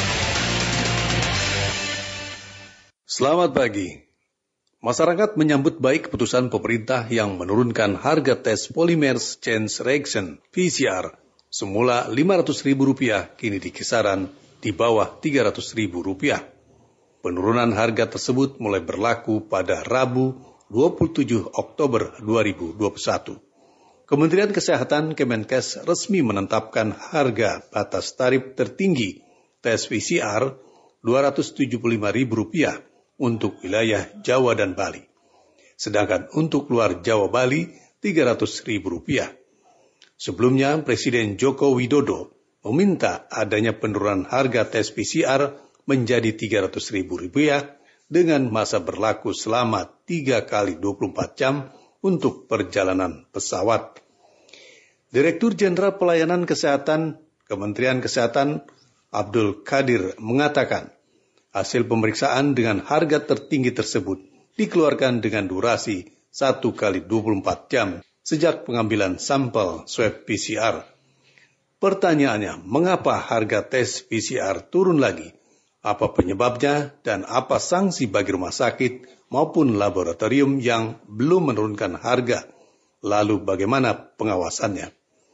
S11: Selamat pagi. Masyarakat menyambut baik keputusan pemerintah yang menurunkan harga tes Polymer Chain Reaction (PCR) semula Rp500.000 kini di kisaran di bawah Rp300.000. Penurunan harga tersebut mulai berlaku pada Rabu 27 Oktober 2021. Kementerian Kesehatan Kemenkes resmi menetapkan harga batas tarif tertinggi tes PCR Rp275.000 untuk wilayah Jawa dan Bali. Sedangkan untuk luar Jawa Bali Rp300.000. Sebelumnya Presiden Joko Widodo meminta adanya penurunan harga tes PCR menjadi Rp300.000 dengan masa berlaku selama 3 kali 24 jam untuk perjalanan pesawat. Direktur Jenderal Pelayanan Kesehatan Kementerian Kesehatan Abdul Qadir mengatakan, hasil pemeriksaan dengan harga tertinggi tersebut dikeluarkan dengan durasi 1 kali 24 jam sejak pengambilan sampel swab PCR. Pertanyaannya, mengapa harga tes PCR turun lagi? Apa penyebabnya dan apa sanksi bagi rumah sakit maupun laboratorium yang belum menurunkan harga? Lalu bagaimana pengawasannya?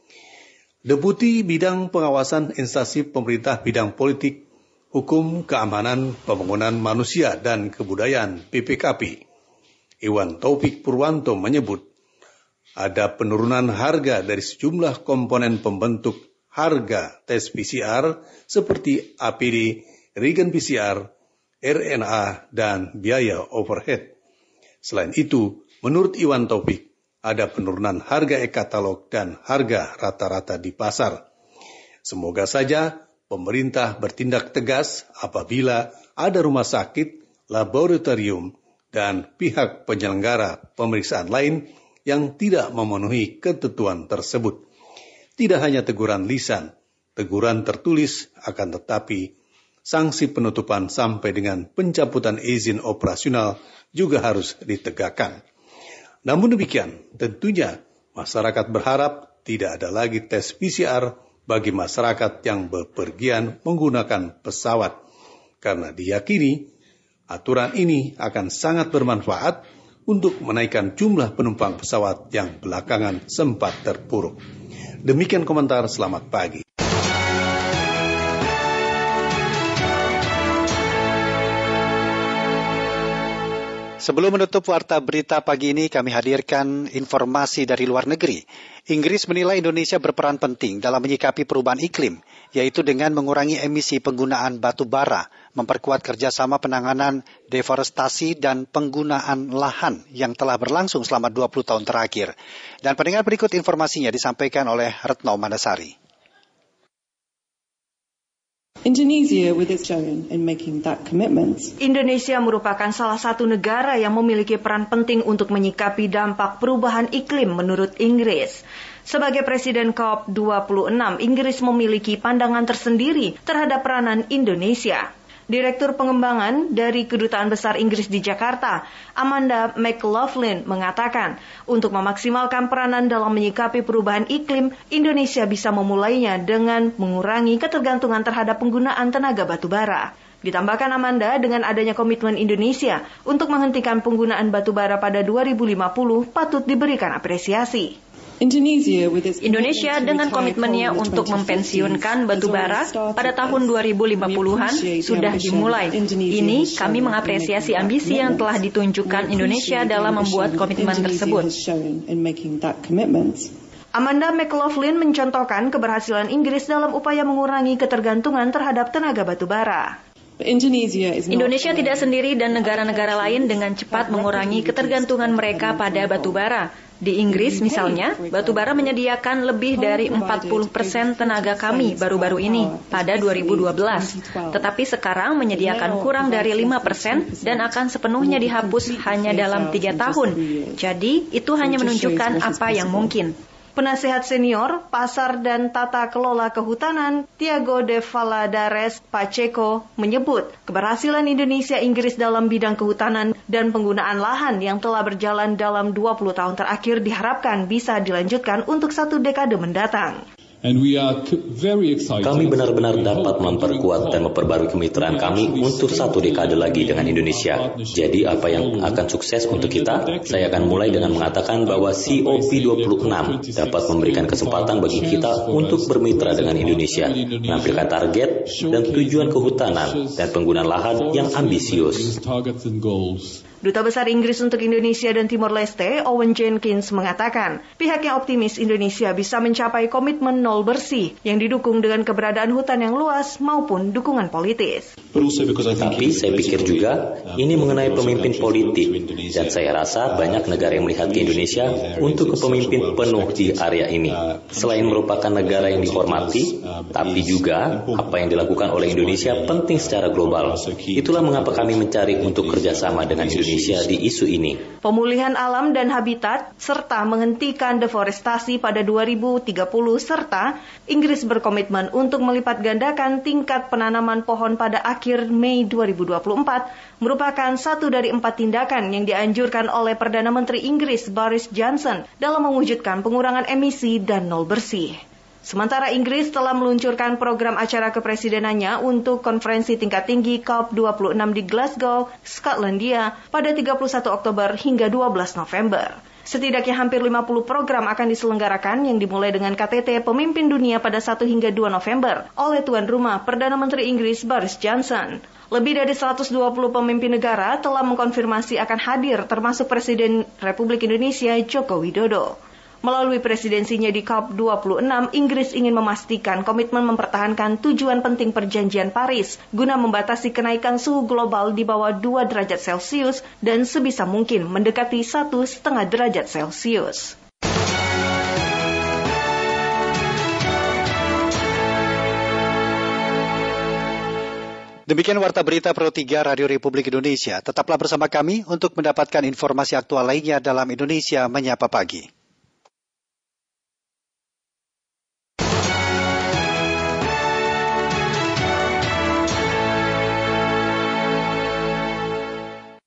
S11: Deputi Bidang Pengawasan Instansi Pemerintah Bidang Politik, Hukum, Keamanan, Pembangunan Manusia, dan Kebudayaan (BPKP), Iwan Taufik Purwanto menyebut ada penurunan harga dari sejumlah komponen pembentuk harga tes PCR seperti APD, reagen PCR, RNA, dan biaya overhead. Selain itu, menurut Iwan Taufik, ada penurunan harga e-katalog dan harga rata-rata di pasar. Semoga saja pemerintah bertindak tegas apabila ada rumah sakit, laboratorium, dan pihak penyelenggara pemeriksaan lain yang tidak memenuhi ketentuan tersebut. Tidak hanya teguran lisan, teguran tertulis, akan tetapi sanksi penutupan sampai dengan pencabutan izin operasional juga harus ditegakkan. Namun demikian, tentunya masyarakat berharap tidak ada lagi tes PCR bagi masyarakat yang bepergian menggunakan pesawat, karena diyakini aturan ini akan sangat bermanfaat untuk menaikkan jumlah penumpang pesawat yang belakangan sempat terpuruk. Demikian komentar, selamat pagi.
S3: Sebelum menutup warta berita pagi ini, kami hadirkan informasi dari luar negeri. Inggris menilai Indonesia berperan penting dalam menyikapi perubahan iklim, yaitu dengan mengurangi emisi penggunaan batu bara, memperkuat kerjasama penanganan deforestasi dan penggunaan lahan yang telah berlangsung selama 20 tahun terakhir. Dan pendengar, berikut informasinya disampaikan oleh Retno Mandasari.
S4: Indonesia merupakan salah satu negara yang memiliki peran penting untuk menyikapi dampak perubahan iklim menurut Inggris. Sebagai Presiden COP26, Inggris memiliki pandangan tersendiri terhadap peranan Indonesia. Direktur Pengembangan dari Kedutaan Besar Inggris di Jakarta, Amanda McLaughlin, mengatakan, untuk memaksimalkan peranan dalam menyikapi perubahan iklim, Indonesia bisa memulainya dengan mengurangi ketergantungan terhadap penggunaan tenaga batu bara. Ditambahkan Amanda, dengan adanya komitmen Indonesia untuk menghentikan penggunaan batu bara pada 2050 patut diberikan apresiasi. Indonesia dengan komitmennya untuk mempensiunkan batu bara pada tahun 2050-an sudah dimulai. Ini kami mengapresiasi ambisi yang telah ditunjukkan Indonesia dalam membuat komitmen tersebut. Amanda McLaughlin mencontohkan keberhasilan Inggris dalam upaya mengurangi ketergantungan terhadap tenaga batubara.
S16: Indonesia tidak sendiri dan negara-negara lain dengan cepat mengurangi ketergantungan mereka pada batubara. Di Inggris misalnya, batubara menyediakan lebih dari 40% tenaga kami baru-baru ini pada 2012. Tetapi sekarang menyediakan kurang dari 5% dan akan sepenuhnya dihapus hanya dalam 3 tahun. Jadi itu hanya menunjukkan apa yang mungkin.
S4: Penasehat senior Pasar dan Tata Kelola Kehutanan Tiago de Valadares Pacheco menyebut keberhasilan Indonesia-Inggris dalam bidang kehutanan dan penggunaan lahan yang telah berjalan dalam 20 tahun terakhir diharapkan bisa dilanjutkan untuk 1 dekade mendatang.
S18: Kami benar-benar dapat memperkuat dan memperbarui kemitraan kami untuk 1 dekade lagi dengan Indonesia. Jadi apa yang akan sukses untuk kita? Saya akan mulai dengan mengatakan bahwa COP26 dapat memberikan kesempatan bagi kita untuk bermitra dengan Indonesia, menampilkan target dan tujuan kehutanan dan penggunaan lahan yang ambisius.
S4: Duta Besar Inggris untuk Indonesia dan Timor Leste, Owen Jenkins, mengatakan pihaknya optimis Indonesia bisa mencapai komitmen nol bersih yang didukung dengan keberadaan hutan yang luas maupun dukungan politis.
S18: Tapi saya pikir juga ini mengenai pemimpin politik dan saya rasa banyak negara yang melihat ke Indonesia untuk kepemimpin penuh di area ini. Selain merupakan negara yang dihormati, tapi juga apa yang dilakukan oleh Indonesia penting secara global. Itulah mengapa kami mencari untuk kerjasama dengan Indonesia di isu ini.
S4: Pemulihan alam dan habitat serta menghentikan deforestasi pada 2030 serta Inggris berkomitmen untuk melipat gandakan tingkat penanaman pohon pada akhir Mei 2024 merupakan 1 dari 4 tindakan yang dianjurkan oleh Perdana Menteri Inggris Boris Johnson dalam mewujudkan pengurangan emisi dan nol bersih. Sementara Inggris telah meluncurkan program acara kepresidenannya untuk konferensi tingkat tinggi COP26 di Glasgow, Skotlandia pada 31 Oktober hingga 12 November. Setidaknya hampir 50 program akan diselenggarakan yang dimulai dengan KTT Pemimpin Dunia pada 1 hingga 2 November oleh tuan rumah Perdana Menteri Inggris Boris Johnson. Lebih dari 120 pemimpin negara telah mengkonfirmasi akan hadir termasuk Presiden Republik Indonesia Joko Widodo. Melalui presidensinya di COP26, Inggris ingin memastikan komitmen mempertahankan tujuan penting Perjanjian Paris guna membatasi kenaikan suhu global di bawah 2 derajat Celcius dan sebisa mungkin mendekati 1,5 derajat Celcius.
S3: Demikian Warta Berita Pro 3 Radio Republik Indonesia. Tetaplah bersama kami untuk mendapatkan informasi aktual lainnya dalam Indonesia Menyapa Pagi.